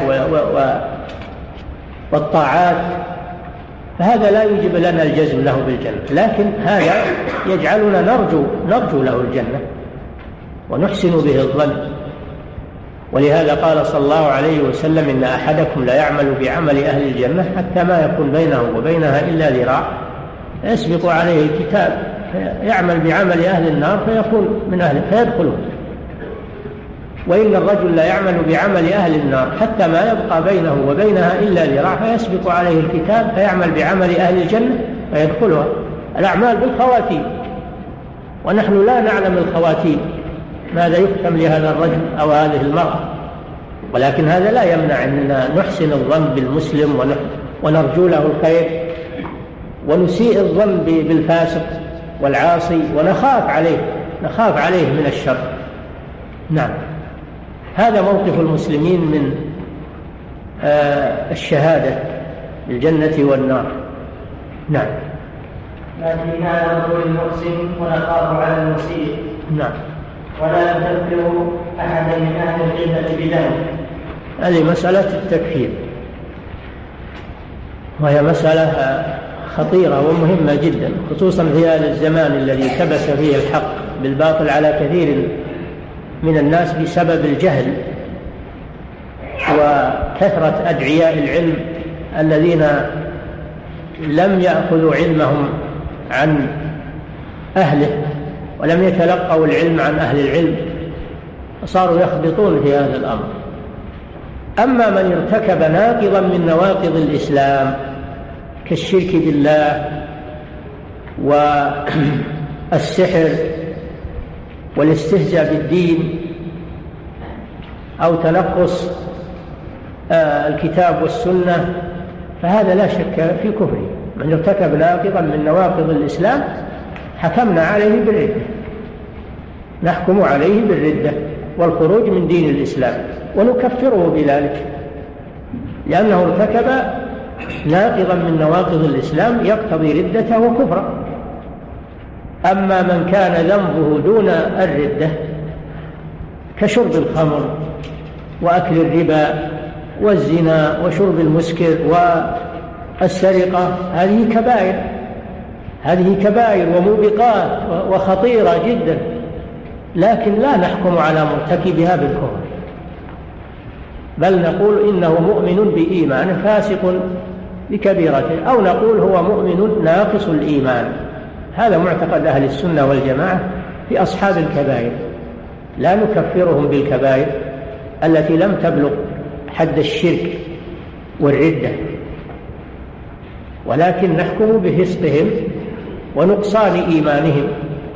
والطاعات فهذا لا يجب لنا الجزم له بالجنة، لكن هذا يجعلنا نرجو نرجو له الجنة ونحسن به الظن. ولهذا قال صلى الله عليه وسلم إن أحدكم لا يعمل بعمل أهل الجنة حتى ما يكون بينه وبينها إلا ذراع يسبق عليه الكتاب يعمل بعمل أهل النار فيكون من أهل فيدخلون. وإن الرجل لا يعمل بعمل أهل النار حتى ما يبقى بينه وبينها إلا ذراع فيسبق عليه الكتاب فيعمل بعمل أهل الجنة فيدخلها. الأعمال بالخواتيم، ونحن لا نعلم الخواتيم ماذا يختم لهذا الرجل أو هذه المرأة، ولكن هذا لا يمنع أننا نحسن الظن بالمسلم ونرجو له الخير، ونسيء الظن بالفاسق والعاصي ونخاف عليه نخاف عليه من الشر. نعم. هذا موقف المسلمين من آه الشهادة بالجنة والنار. نعم. لكننا نرجو للمحسن ونخاف على المسيء. نعم. ولا نكفر أحدا من أهل القبلة بدم. هذه مسألة التكفير، وهي مسألة خطيرة ومهمة جدا، خصوصا في هذا الزمان الذي كبس فيه الحق بالباطل على كثير من الناس بسبب الجهل وكثرة أدعياء العلم الذين لم يأخذوا علمهم عن أهله ولم يتلقوا العلم عن أهل العلم، وصاروا يخبطون في هذا الأمر. أما من ارتكب ناقضا من نواقض الإسلام كالشرك بالله والسحر والاستهزاء بالدين أو تنقص الكتاب والسنة، فهذا لا شك في كفره. من ارتكب ناقضا من نواقض الإسلام حكمنا عليه بالردة، نحكم عليه بالردة والخروج من دين الإسلام ونكفره بذلك، لأنه ارتكب ناقضا من نواقض الإسلام يقتضي ردته وكفره. أما من كان ذنبه دون الردة كشرب الخمر وأكل الربا والزنا وشرب المسكر والسرقة، هذه كبائر هذه كبائر وموبقات وخطيرة جدا، لكن لا نحكم على مرتكبها بالكفر، بل نقول إنه مؤمن بإيمان فاسق بكبيرته، أو نقول هو مؤمن ناقص الإيمان. هذا معتقد أهل السنة والجماعة في أصحاب الكبائر، لا نكفرهم بالكبائر التي لم تبلغ حد الشرك والردة، ولكن نحكم بفسقهم ونقصان إيمانهم،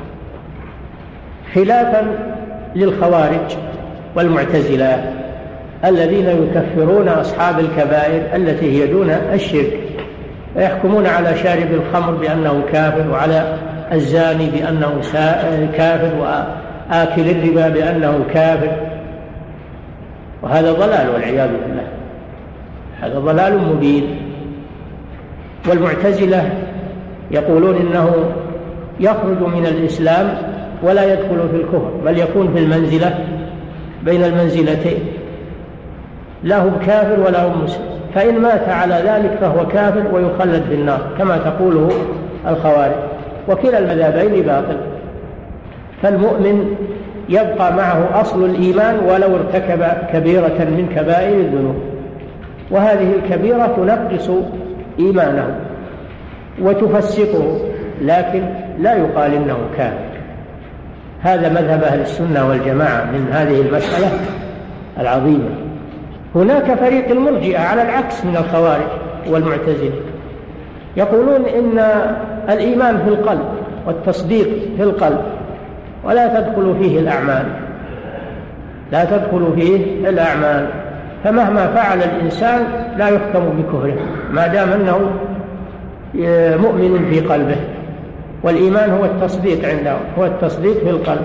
خلافا للخوارج والمعتزلة الذين يكفرون أصحاب الكبائر التي هي دون الشرك، ويحكمون على شارب الخمر بأنه كافر، وعلى الزاني بأنه كافر، وآكل الربا بأنه كافر، وهذا ضلال والعياذ بالله، هذا ضلال مبين. والمعتزلة يقولون إنه يخرج من الإسلام ولا يدخل في الكفر، بل يكون في المنزلة بين المنزلتين، لا هو كافر ولا هو مسلم، فإن مات على ذلك فهو كافر ويخلد في النار كما تقوله الخوارج، وكلا المذهبين باطل. فالمؤمن يبقى معه أصل الإيمان ولو ارتكب كبيرة من كبائر الذنوب، وهذه الكبيرة تنقص إيمانه وتفسقه، لكن لا يقال إنه كافر. هذا مذهب أهل السنة والجماعة من هذه المسألة العظيمة. هناك فريق المرجئة على العكس من الخوارج والمعتزلة، يقولون إن الإيمان في القلب والتصديق في القلب ولا تدخل فيه الأعمال، لا تدخل فيه الأعمال، فمهما فعل الإنسان لا يحكم بكفره ما دام أنه مؤمن في قلبه. والإيمان هو التصديق عندهم، هو التصديق في القلب،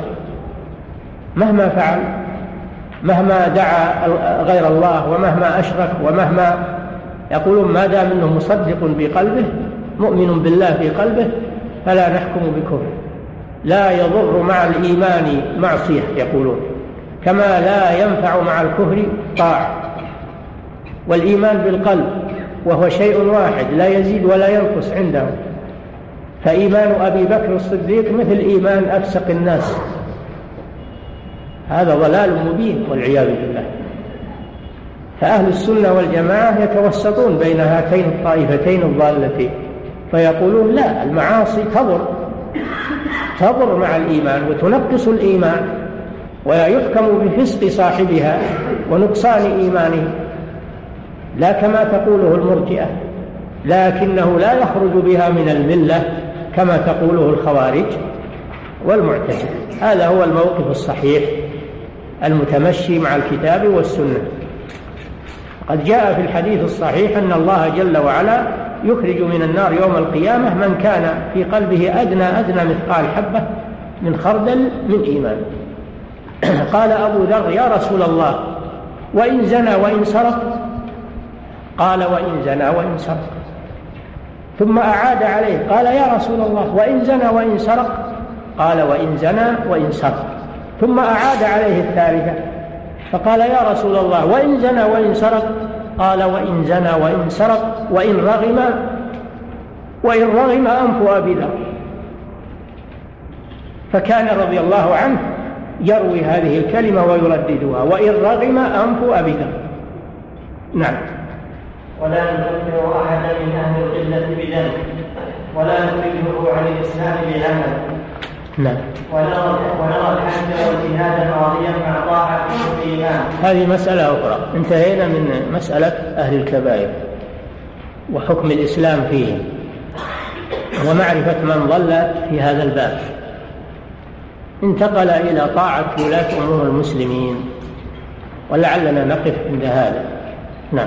مهما فعل، مهما دعا غير الله ومهما أشرك ومهما، يقولون ما دام أنه مصدق بقلبه مؤمن بالله في قلبه فلا نحكم بكفر. لا يضر مع الإيمان معصية يقولون، كما لا ينفع مع الكفر طاعة. والإيمان بالقلب وهو شيء واحد لا يزيد ولا ينقص عندهم، فإيمان أبي بكر الصديق مثل إيمان أفسق الناس، هذا ضلال مبين والعياذ بالله. فأهل السنة والجماعة يتوسطون بين هاتين الطائفتين الضالتين، فيقولون لا، المعاصي تضر تضر مع الإيمان وتنقص الإيمان، ويحكم بفسق صاحبها ونقصان إيمانه، لا كما تقوله المرجئة، لكنه لا يخرج بها من الملة كما تقوله الخوارج والمعتزلة. هذا هو الموقف الصحيح المتمشي مع الكتاب والسنة. قد جاء في الحديث الصحيح أن الله جل وعلا يخرج من النار يوم القيامة من كان في قلبه أدنى أدنى مثقال حبة من خردل من إيمان. قال أبو ذر يا رسول الله وإن زنى وإن سرق؟ قال وإن زنى وإن سرق. ثم أعاد عليه قال يا رسول الله وإن زنى وإن سرق؟ قال وإن زنى وإن سرق. ثم أعاد عليه الثالثة فقال يا رسول الله وإن زنى وإن سرق؟ قال وإن زنى وإن سرق وإن رغم وإن رغم أنف أبي ذر. فكان رضي الله عنه يروي هذه الكلمة ويرددها وإن رغم أنف أبي ذر. نعم. ولا نكفر أحدا من أهل القبلة بذنب ولا نخرجه عن الإسلام بعمل. نعم. ونرى الحج والجهاد ماضيا مع طاعة الإمام. هذه مسألة أخرى. انتهينا من مسألة أهل الكبائر وحكم الإسلام فيهم ومعرفة من ضل في هذا الباب. انتقل إلى طاعة ولاة أمور المسلمين ولعلنا نقف عند هذا. نعم.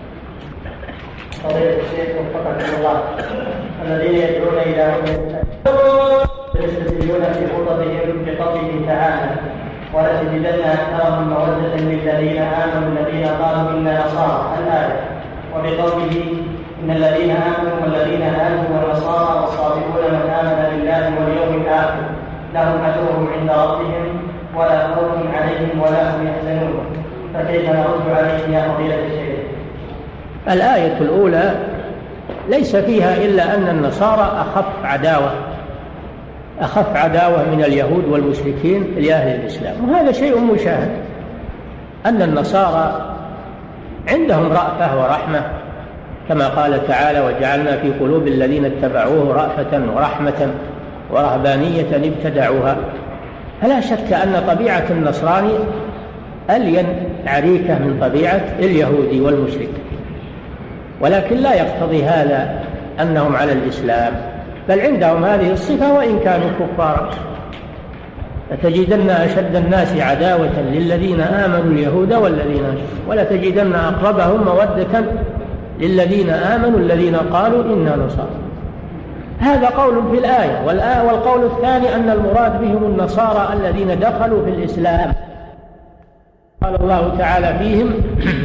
فضيلة الشيخ وفقكم الله، الذين يدعون إلى يستدلون في خطبهم بقوله تعالى ولتجدن أكثرهم مودة للذين آمنوا الذين قالوا إنا نصارى الآية، وبقوله إن الذين آمنوا والذين هادوا والنصارى والصابئون من آمن بالله واليوم الآخر لهم أجرهم عند ربهم ولا خوف عليهم ولا هم يحزنون. فكيف نرد عليهم يا فضيلة الشيخ؟ الآية الأولى ليس فيها إلا أن النصارى أخف عداوة أخف عداوة من اليهود والمشركين لأهل الإسلام، وهذا شيء مشاهد أن النصارى عندهم رأفة ورحمة كما قال تعالى وجعلنا في قلوب الذين اتبعوه رأفة ورحمة ورهبانية ابتدعوها. فلا شك أن طبيعة النصراني ألين عريكة من طبيعة اليهودي والمشرك، ولكن لا يقتضي هذا أنهم على الإسلام، بل عندهم هذه الصفة وإن كانوا كفارا. لتجدن أشد الناس عداوة للذين آمنوا اليهود والذين أشركوا ولتجدن أقربهم مودة للذين آمنوا الذين قالوا إنا نصارى. هذا قول في الآية. والقول الثاني أن المراد بهم النصارى الذين دخلوا في الإسلام. قال الله تعالى فيهم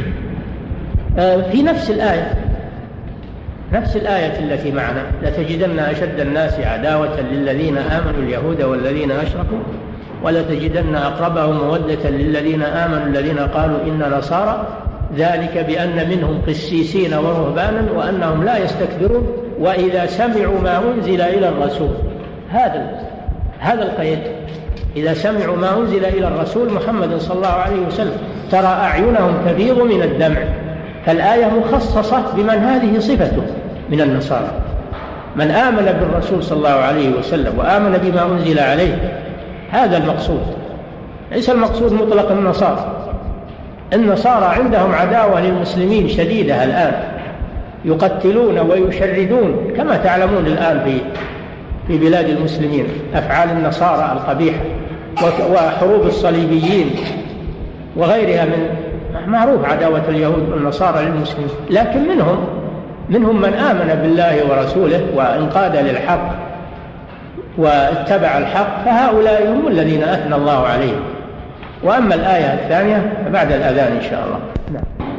في نفس الآية نفس الآية التي معنا لتجدن أشد الناس عداوة للذين آمنوا اليهود والذين أشركوا ولتجدن أقربهم مودة للذين آمنوا الذين قالوا إنا نصارى ذلك بأن منهم قسيسين ورهبانا وأنهم لا يستكبرون وإذا سمعوا ما أنزل إلى الرسول. هذا هذا القيد، إذا سمعوا ما أنزل إلى الرسول محمد صلى الله عليه وسلم ترى أعينهم تفيض من الدمع. فالآية مخصصة بمن هذه صفته من النصارى، من آمن بالرسول صلى الله عليه وسلم وآمن بما أنزل عليه. هذا المقصود، ليس المقصود مطلق النصارى. النصارى عندهم عداوة للمسلمين شديدة الآن، يقتلون ويشردون كما تعلمون الآن في في بلاد المسلمين أفعال النصارى القبيحة وحروب الصليبيين وغيرها من معروف عداوة اليهود والنصارى للمسلمين. لكن منهم منهم من آمن بالله ورسوله وانقاد للحق واتبع الحق، فهؤلاء هم الذين أثنى الله عليهم. وأما الآية الثانية فبعد الأذان إن شاء الله. نعم.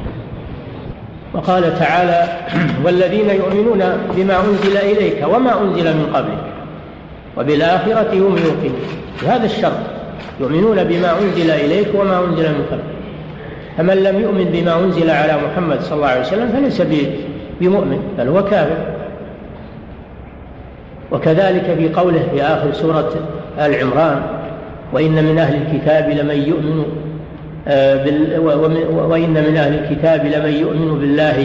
وقال تعالى والذين يؤمنون بما أنزل إليك وما أنزل من قبلك وبالآخرة هم يوقنون. هذا الشرط، يؤمنون بما أنزل إليك وما أنزل من قبلك. فمن لم يؤمن بما أنزل على محمد صلى الله عليه وسلم فليس بمؤمن بل هو كافر. وكذلك في قوله في آخر سورة آل عمران وإن من أهل الكتاب لمن يؤمن وإن من أهل الكتاب لمن يؤمن بالله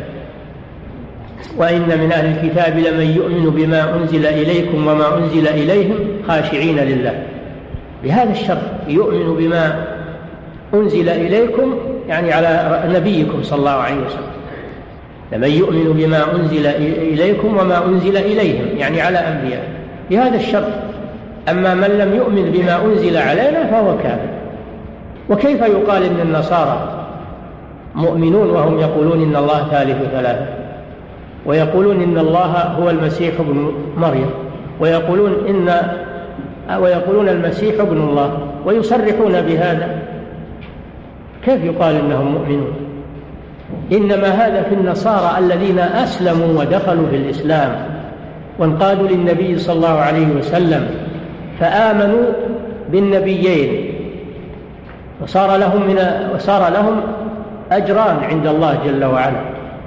وإن من أهل الكتاب لمن يؤمن بما أنزل إليكم وما أنزل إليهم خاشعين لله. بهذا الشرط يؤمن بما أنزل إليكم يعني على نبيكم صلى الله عليه وسلم، لمن يؤمن بما أنزل إليكم وما أنزل إليهم يعني على أنبياء، بهذا الشرط. أما من لم يؤمن بما أنزل علينا فهو كافر. وكيف يقال إن النصارى مؤمنون وهم يقولون إن الله ثالث ثلاثة، ويقولون إن الله هو المسيح ابن مريم، ويقولون إن ويقولون المسيح ابن الله ويصرحون بهذا؟ كيف يقال إنهم مؤمنون؟ إنما هذا في النصارى الذين أسلموا ودخلوا في الإسلام وانقادوا للنبي صلى الله عليه وسلم فآمنوا بالنبيين وصار لهم من وصار لهم أجران عند الله جل وعلا.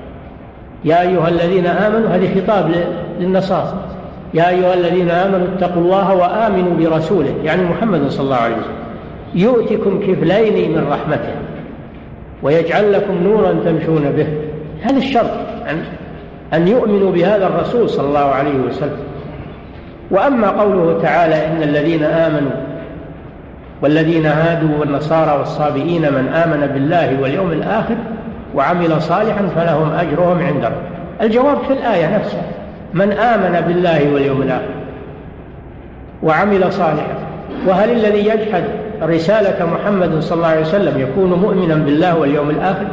يا أيها الذين آمنوا، هذه خطاب للنصارى، يا أيها الذين آمنوا اتقوا الله وآمنوا برسوله، يعني محمد صلى الله عليه وسلم، يؤتكم كفلين من رحمته ويجعل لكم نورا تمشون به. هذا الشرط أن أن يؤمنوا بهذا الرسول صلى الله عليه وسلم. وأما قوله تعالى إن الذين آمنوا والذين هادوا والنصارى والصابئين من آمن بالله واليوم الآخر وعمل صالحا فلهم أجرهم عند ربهم، الجواب في الآية نفسها، من آمن بالله واليوم الآخر وعمل صالحا. وهل الذي يجحد رسالة محمد صلى الله عليه وسلم يكون مؤمنا بالله واليوم الآخر؟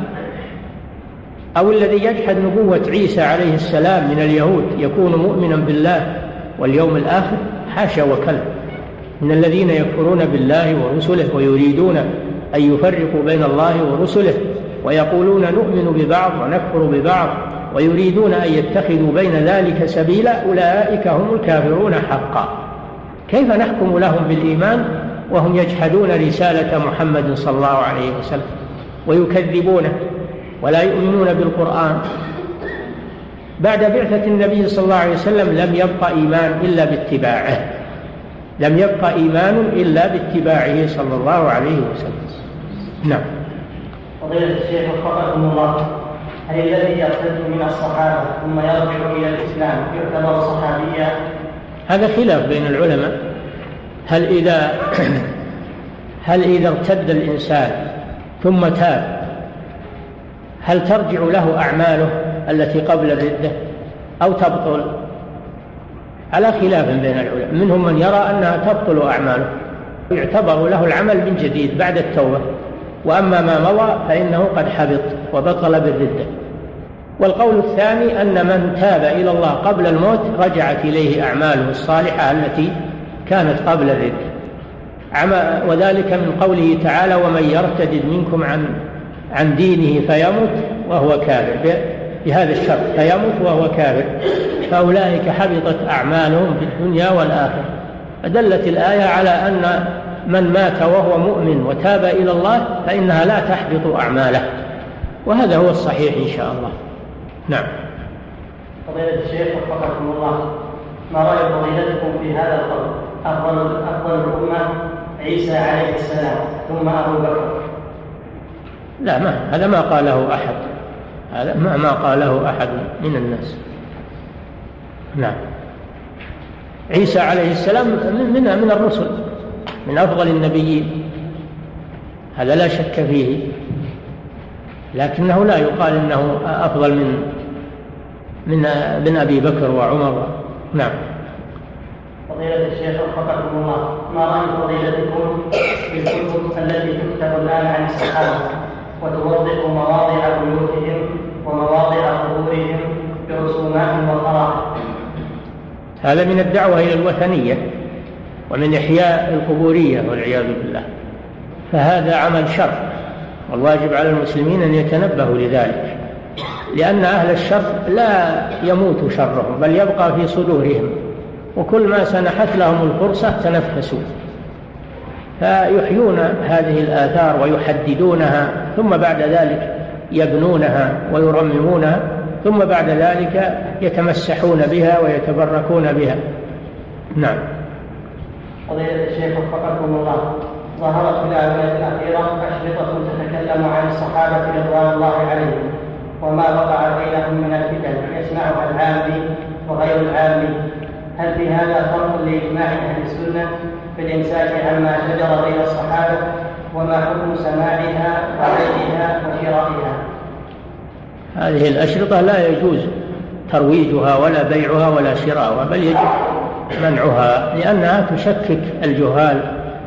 أو الذي يجحد نبوة عيسى عليه السلام من اليهود يكون مؤمنا بالله واليوم الآخر؟ حاشا وكلا. من الذين يكفرون بالله ورسله ويريدون أن يفرقوا بين الله ورسله ويقولون نؤمن ببعض ونكفر ببعض ويريدون أن يتخذوا بين ذلك سبيلا، أولئك هم الكافرون حقا. كيف نحكم لهم بالإيمان وهم يجحدون رسالة محمد صلى الله عليه وسلم ويكذبونه ولا يؤمنون بالقرآن؟ بعد بعثة النبي صلى الله عليه وسلم لم يبقى إيمان إلا باتباعه، لم يبقى إيمان إلا باتباعه صلى الله عليه وسلم. نعم. فضيلة الشيخ وفقكم الله، هل الذي يرتد من الصحابة ثم يرجع إلى الإسلام يعتبر صحابيا؟ هذا خلاف بين العلماء. هل إذا هل إذا ارتد الإنسان ثم تاب هل ترجع له أعماله التي قبل الردة أو تبطل؟ على خلاف بين العلماء، منهم من يرى أنها تبطل أعماله يعتبر له العمل من جديد بعد التوبة، وأما ما مضى فإنه قد حبط وبطل بالردة. والقول الثاني أن من تاب إلى الله قبل الموت رجعت إليه أعماله الصالحة التي كانت قبل الردة، وذلك من قوله تعالى ومن يرتد منكم عن عن دينه فيمت وهو كافر، بهذا الشرط فيمت وهو كافر، فأولئك حبطت أعمالهم في الدنيا والآخرة. فدلت الآية على أن من مات وهو مؤمن وتاب إلى الله فإنها لا تحبط أعماله، وهذا هو الصحيح إن شاء الله. نعم. فضيلة الشيخ وفقكم الله، ما رأي فضيلتكم في هذا القول؟ أفضل أفضل الأمة عيسى عليه السلام ثم أبو بكر. لا، ما هذا ما قاله أحد، هذا ما ما قاله أحد من الناس. نعم. عيسى عليه السلام من من الرسل، من أفضل النبيين، هذا لا شك فيه، لكنه لا يقال إنه أفضل من من من أبي بكر وعمر. نعم. فضيلة الشيخ وفقكم الله، ما رأي فضيلتكم في الكتب التي تكتب الآن عن الصحابة وتوضح مواضع بيوتهم ومواضع قبورهم برسومات وخرائط؟ هذا من الدعوة إلى الوثنية ومن إحياء القبورية والعياذ بالله، فهذا عمل شر، والواجب على المسلمين أن يتنبهوا لذلك، لأن أهل الشر لا يموت شرهم بل يبقى في صدورهم، وكل ما سنحت لهم الفرصة تنفسوا، فيحيون هذه الآثار ويحددونها، ثم بعد ذلك يبنونها ويرممونها، ثم بعد ذلك يتمسحون بها ويتبركون بها. نعم. فضيلة الشيخ وفقكم الله، ظهرت في الآونة الأخيرة أشرطة تتكلم عن الصحابة رضوان الله عليهم وما وقع بينهم من الفتن يسمعها العامي وغير العامي، هل في هذا فرق لإجماع أهل السنة في الإمساك عما شجر بين الصحابة، وما حكم سماعها وبيعها وشرائها؟ هذه الأشرطة لا يجوز ترويجها ولا بيعها ولا شراؤها، بل يجب منعها، لأنها تشكك الجهال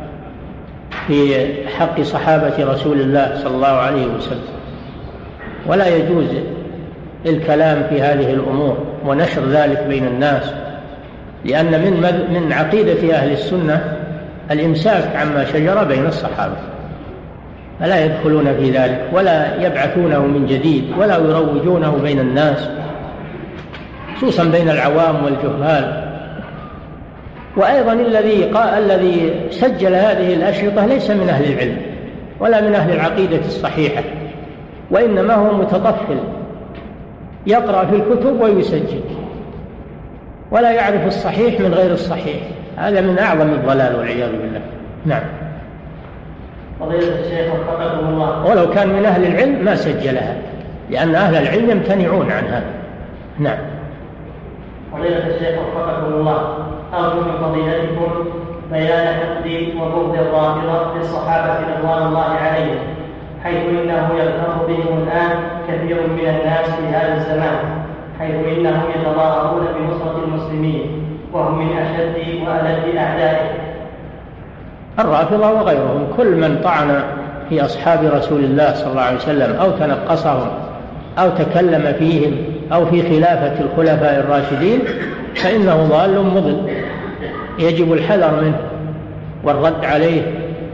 في حق صحابة رسول الله صلى الله عليه وسلم، ولا يجوز الكلام في هذه الأمور ونشر ذلك بين الناس، لأن من من عقيدة أهل السنة الإمساك عما شجر بين الصحابة، فلا يدخلون في ذلك ولا يبعثونه من جديد ولا يروجونه بين الناس، خصوصا بين العوام والجهال. وأيضا الذي قال الذي سجل هذه الأشرطة ليس من أهل العلم ولا من أهل العقيدة الصحيحة، وإنما هو متطفل يقرأ في الكتب ويسجل ولا يعرف الصحيح من غير الصحيح. هذا من أعظم الضلال والعياذ بالله. نعم. فضيلة الشيخ وفقكم الله. ولو كان من أهل العلم ما سجلها، لأن أهل العلم يمتنعون عن هذا. نعم. فضيلة الشيخ وفقكم الله، أرجو من فضيلتكم بيان حقد وبغض الرافضة للصحابة رضوان الله عليهم، حيث إنه يغتر بهم الآن كثير من الناس في هذا الزمان، حيث إنهم يتظاهرون بنصرة المسلمين وهم من أشد وألد أعدائه. الرافضة وغيرهم كل من طعن في أصحاب رسول الله صلى الله عليه وسلم أو تنقصهم أو تكلم فيهم أو في خلافة الخلفاء الراشدين فإنه ضال مضل، يجب الحذر منه والرد عليه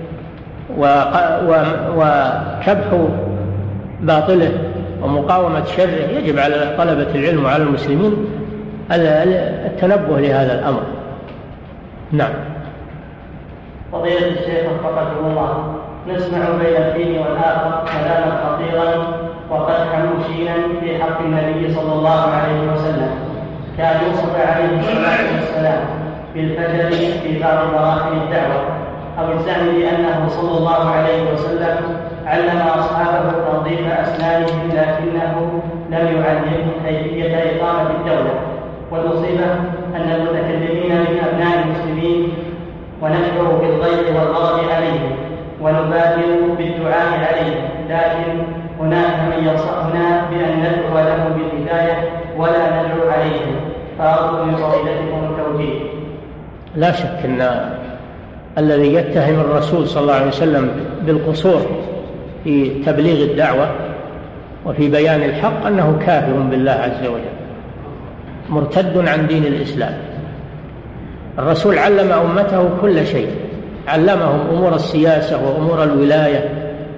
وكبح باطله ومقاومة شره. يجب على طلبة العلم وعلى المسلمين التنبه لهذا الأمر. نعم. فضيلة الشيخ وفقكم الله، نسمع بين الحين والآخر كلاما خطيرا وقدحا مشينا في حق النبي صلى الله عليه وسلم، كان يوصف عليه الصلاة والسلام بالفجر في بعض مراحل الدعوة، أو الزعم بأنه صلى الله عليه وسلم علم أصحابه تنظيف أسنانهم لكنه لم يعلمهم كيفية إقامة الدولة. والمصيبة أن المتكلمين من أبناء المسلمين ونشعر بالغيظ والغضب عليهم ونبادر بالدعاء عليهم، لكن هناك من ينصحنا بأن ندعو لهم بالهداية ولا ندعو عليهم، فأرجو من فضيلتكم التوجيه. لا شك أن الذي يتهم الرسول صلى الله عليه وسلم بالقصور في تبليغ الدعوة وفي بيان الحق أنه كافر بالله عز وجل مرتد عن دين الإسلام. الرسول علم أمته كل شيء، علمهم أمور السياسة وأمور الولاية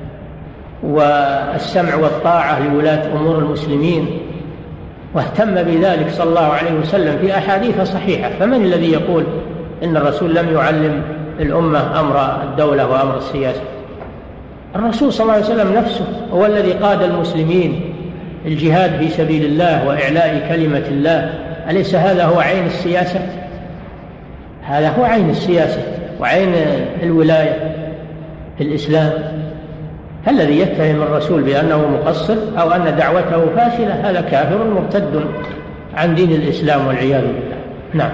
والسمع والطاعة لولاة أمور المسلمين، واهتم بذلك صلى الله عليه وسلم في أحاديث صحيحة. فمن الذي يقول إن الرسول لم يعلم الأمة أمر الدولة وأمر السياسة؟ الرسول صلى الله عليه وسلم نفسه هو الذي قاد المسلمين الجهاد في سبيل الله وإعلاء كلمة الله. أليس هذا هو عين السياسة؟ هذا هو عين السياسة وعين الولاية في الإسلام. فالذي يتهم الرسول بأنه مقصر أو أن دعوته فاشلة هذا كافر مرتد عن دين الإسلام والعياذ بالله. نعم.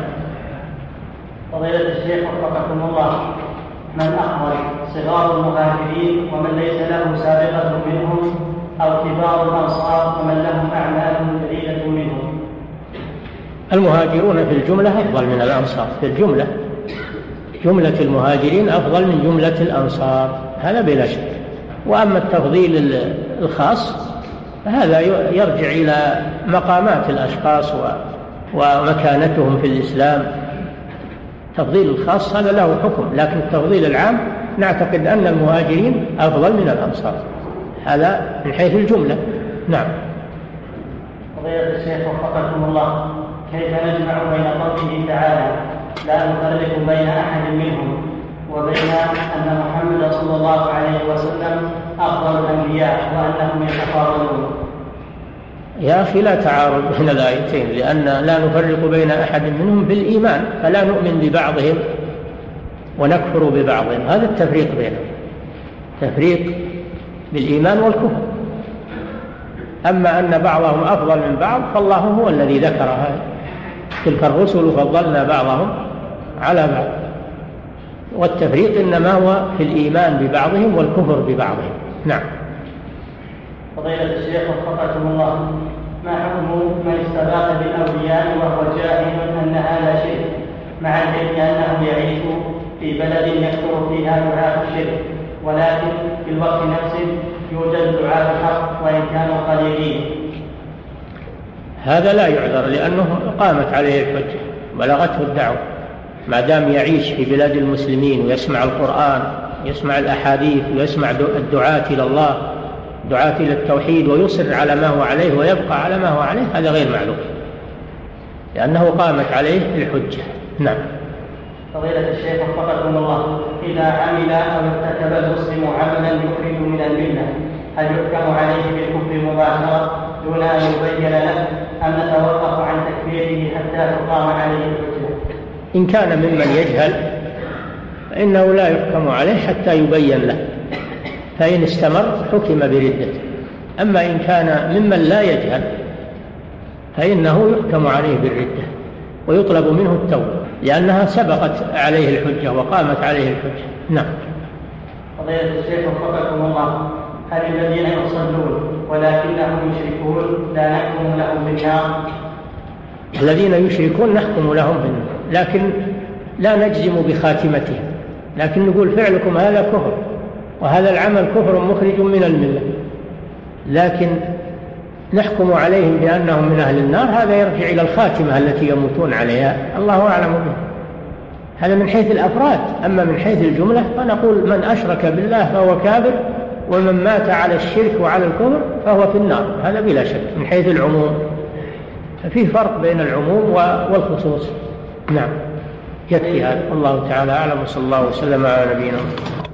فضيلة الشيخ وفقكم الله، من أخبر صغار المهاجرين ومن ليس له سابقة منهم، أو كبار الأنصار ومن لهم أعمال جليلة منهم؟ المهاجرون في الجملة أفضل من الأنصار، في الجملة جملة المهاجرين أفضل من جملة الأنصار، هذا بلا شك. وأما التفضيل الخاص فهذا يرجع إلى مقامات الأشخاص ومكانتهم في الإسلام. التفضيل الخاص هذا له حكم، لكن التفضيل العام نعتقد أن المهاجرين أفضل من الأنصار، هذا من حيث الجملة. نعم. فضيلة الشيخ وفقكم الله، كيف نجمع بين قوله تعالى لا نفرق بين أحد منهم وبين أن محمد صلى الله عليه وسلم أفضل الأنبياء وأنهم يتفاضلون؟ يا أخي لا تعارض بين الآيتين، لأن لا نفرق بين أحد منهم بالإيمان، فلا نؤمن ببعضهم ونكفر ببعضهم، هذا التفريق بينهم، تفريق بالإيمان والكفر. أما أن بعضهم أفضل من بعض فالله هو الذي ذكر هذا، تلك الرسل فضلنا بعضهم على بعض، والتفريق إنما هو في الإيمان ببعضهم والكفر ببعضهم. نعم. فضيلة الشيخ وفقكم الله، ما حكم من استغاث بالأولياء وهو جاهل أن هذا شرك، مع العلم أنه يعيش في بلد يكثر فيها دعاة الشرك، ولكن في الوقت نفسه يوجد دعاة الحق وإن كانوا قليلين؟ هذا لا يعذر، لأنه قامت عليه الحجة بلغته الدعوة، ما دام يعيش في بلاد المسلمين ويسمع القرآن، يسمع الأحاديث، ويسمع الدعاة إلى الله، دعاة إلى التوحيد، ويصر على ما هو عليه ويبقى على ما هو عليه، هذا غير معلوم، لأنه قامت عليه الحجة. نعم. فضيلة الشيخ وفقكم الله، إذا عمل أو ارتكب المسلم عملا يخرج من الملة هل يحكم عليه بالكفر مباشرة دون أن يبين له أم نتوقف عن تكفيره حتى تقام عليه الحجة؟ إن كان ممن يجهل فإنه لا يحكم عليه حتى يبين له، فإن استمر حكم بردته. أما إن كان ممن لا يجهل فإنه يحكم عليه بالردة ويطلب منه التوبة، لأنها سبقت عليه الحجة وقامت عليه الحجة. نعم. فضيلة الشيخ وفقكم الله، هل الذين يصلون ولكنهم يشركون لا نحكم لهم بالنار؟ الذين يشركون نحكم لهم بالنار، لكن لا نجزم بخاتمتهم، لكن نقول فعلكم هذا كفر وهذا العمل كفر مخرج من الملة، لكن نحكم عليهم بأنهم من أهل النار. هذا يرجع إلى الخاتمة التي يموتون عليها، الله أعلم به. هذا من حيث الأفراد. أما من حيث الجملة فنقول من أشرك بالله فهو كافر، ومن مات على الشرك وعلى الكفر فهو في النار، هذا بلا شك من حيث العموم. ففيه فرق بين العموم والخصوص. نعم. يكفي هذا، الله تعالى أعلم، وصلى الله وسلم على نبينا محمد.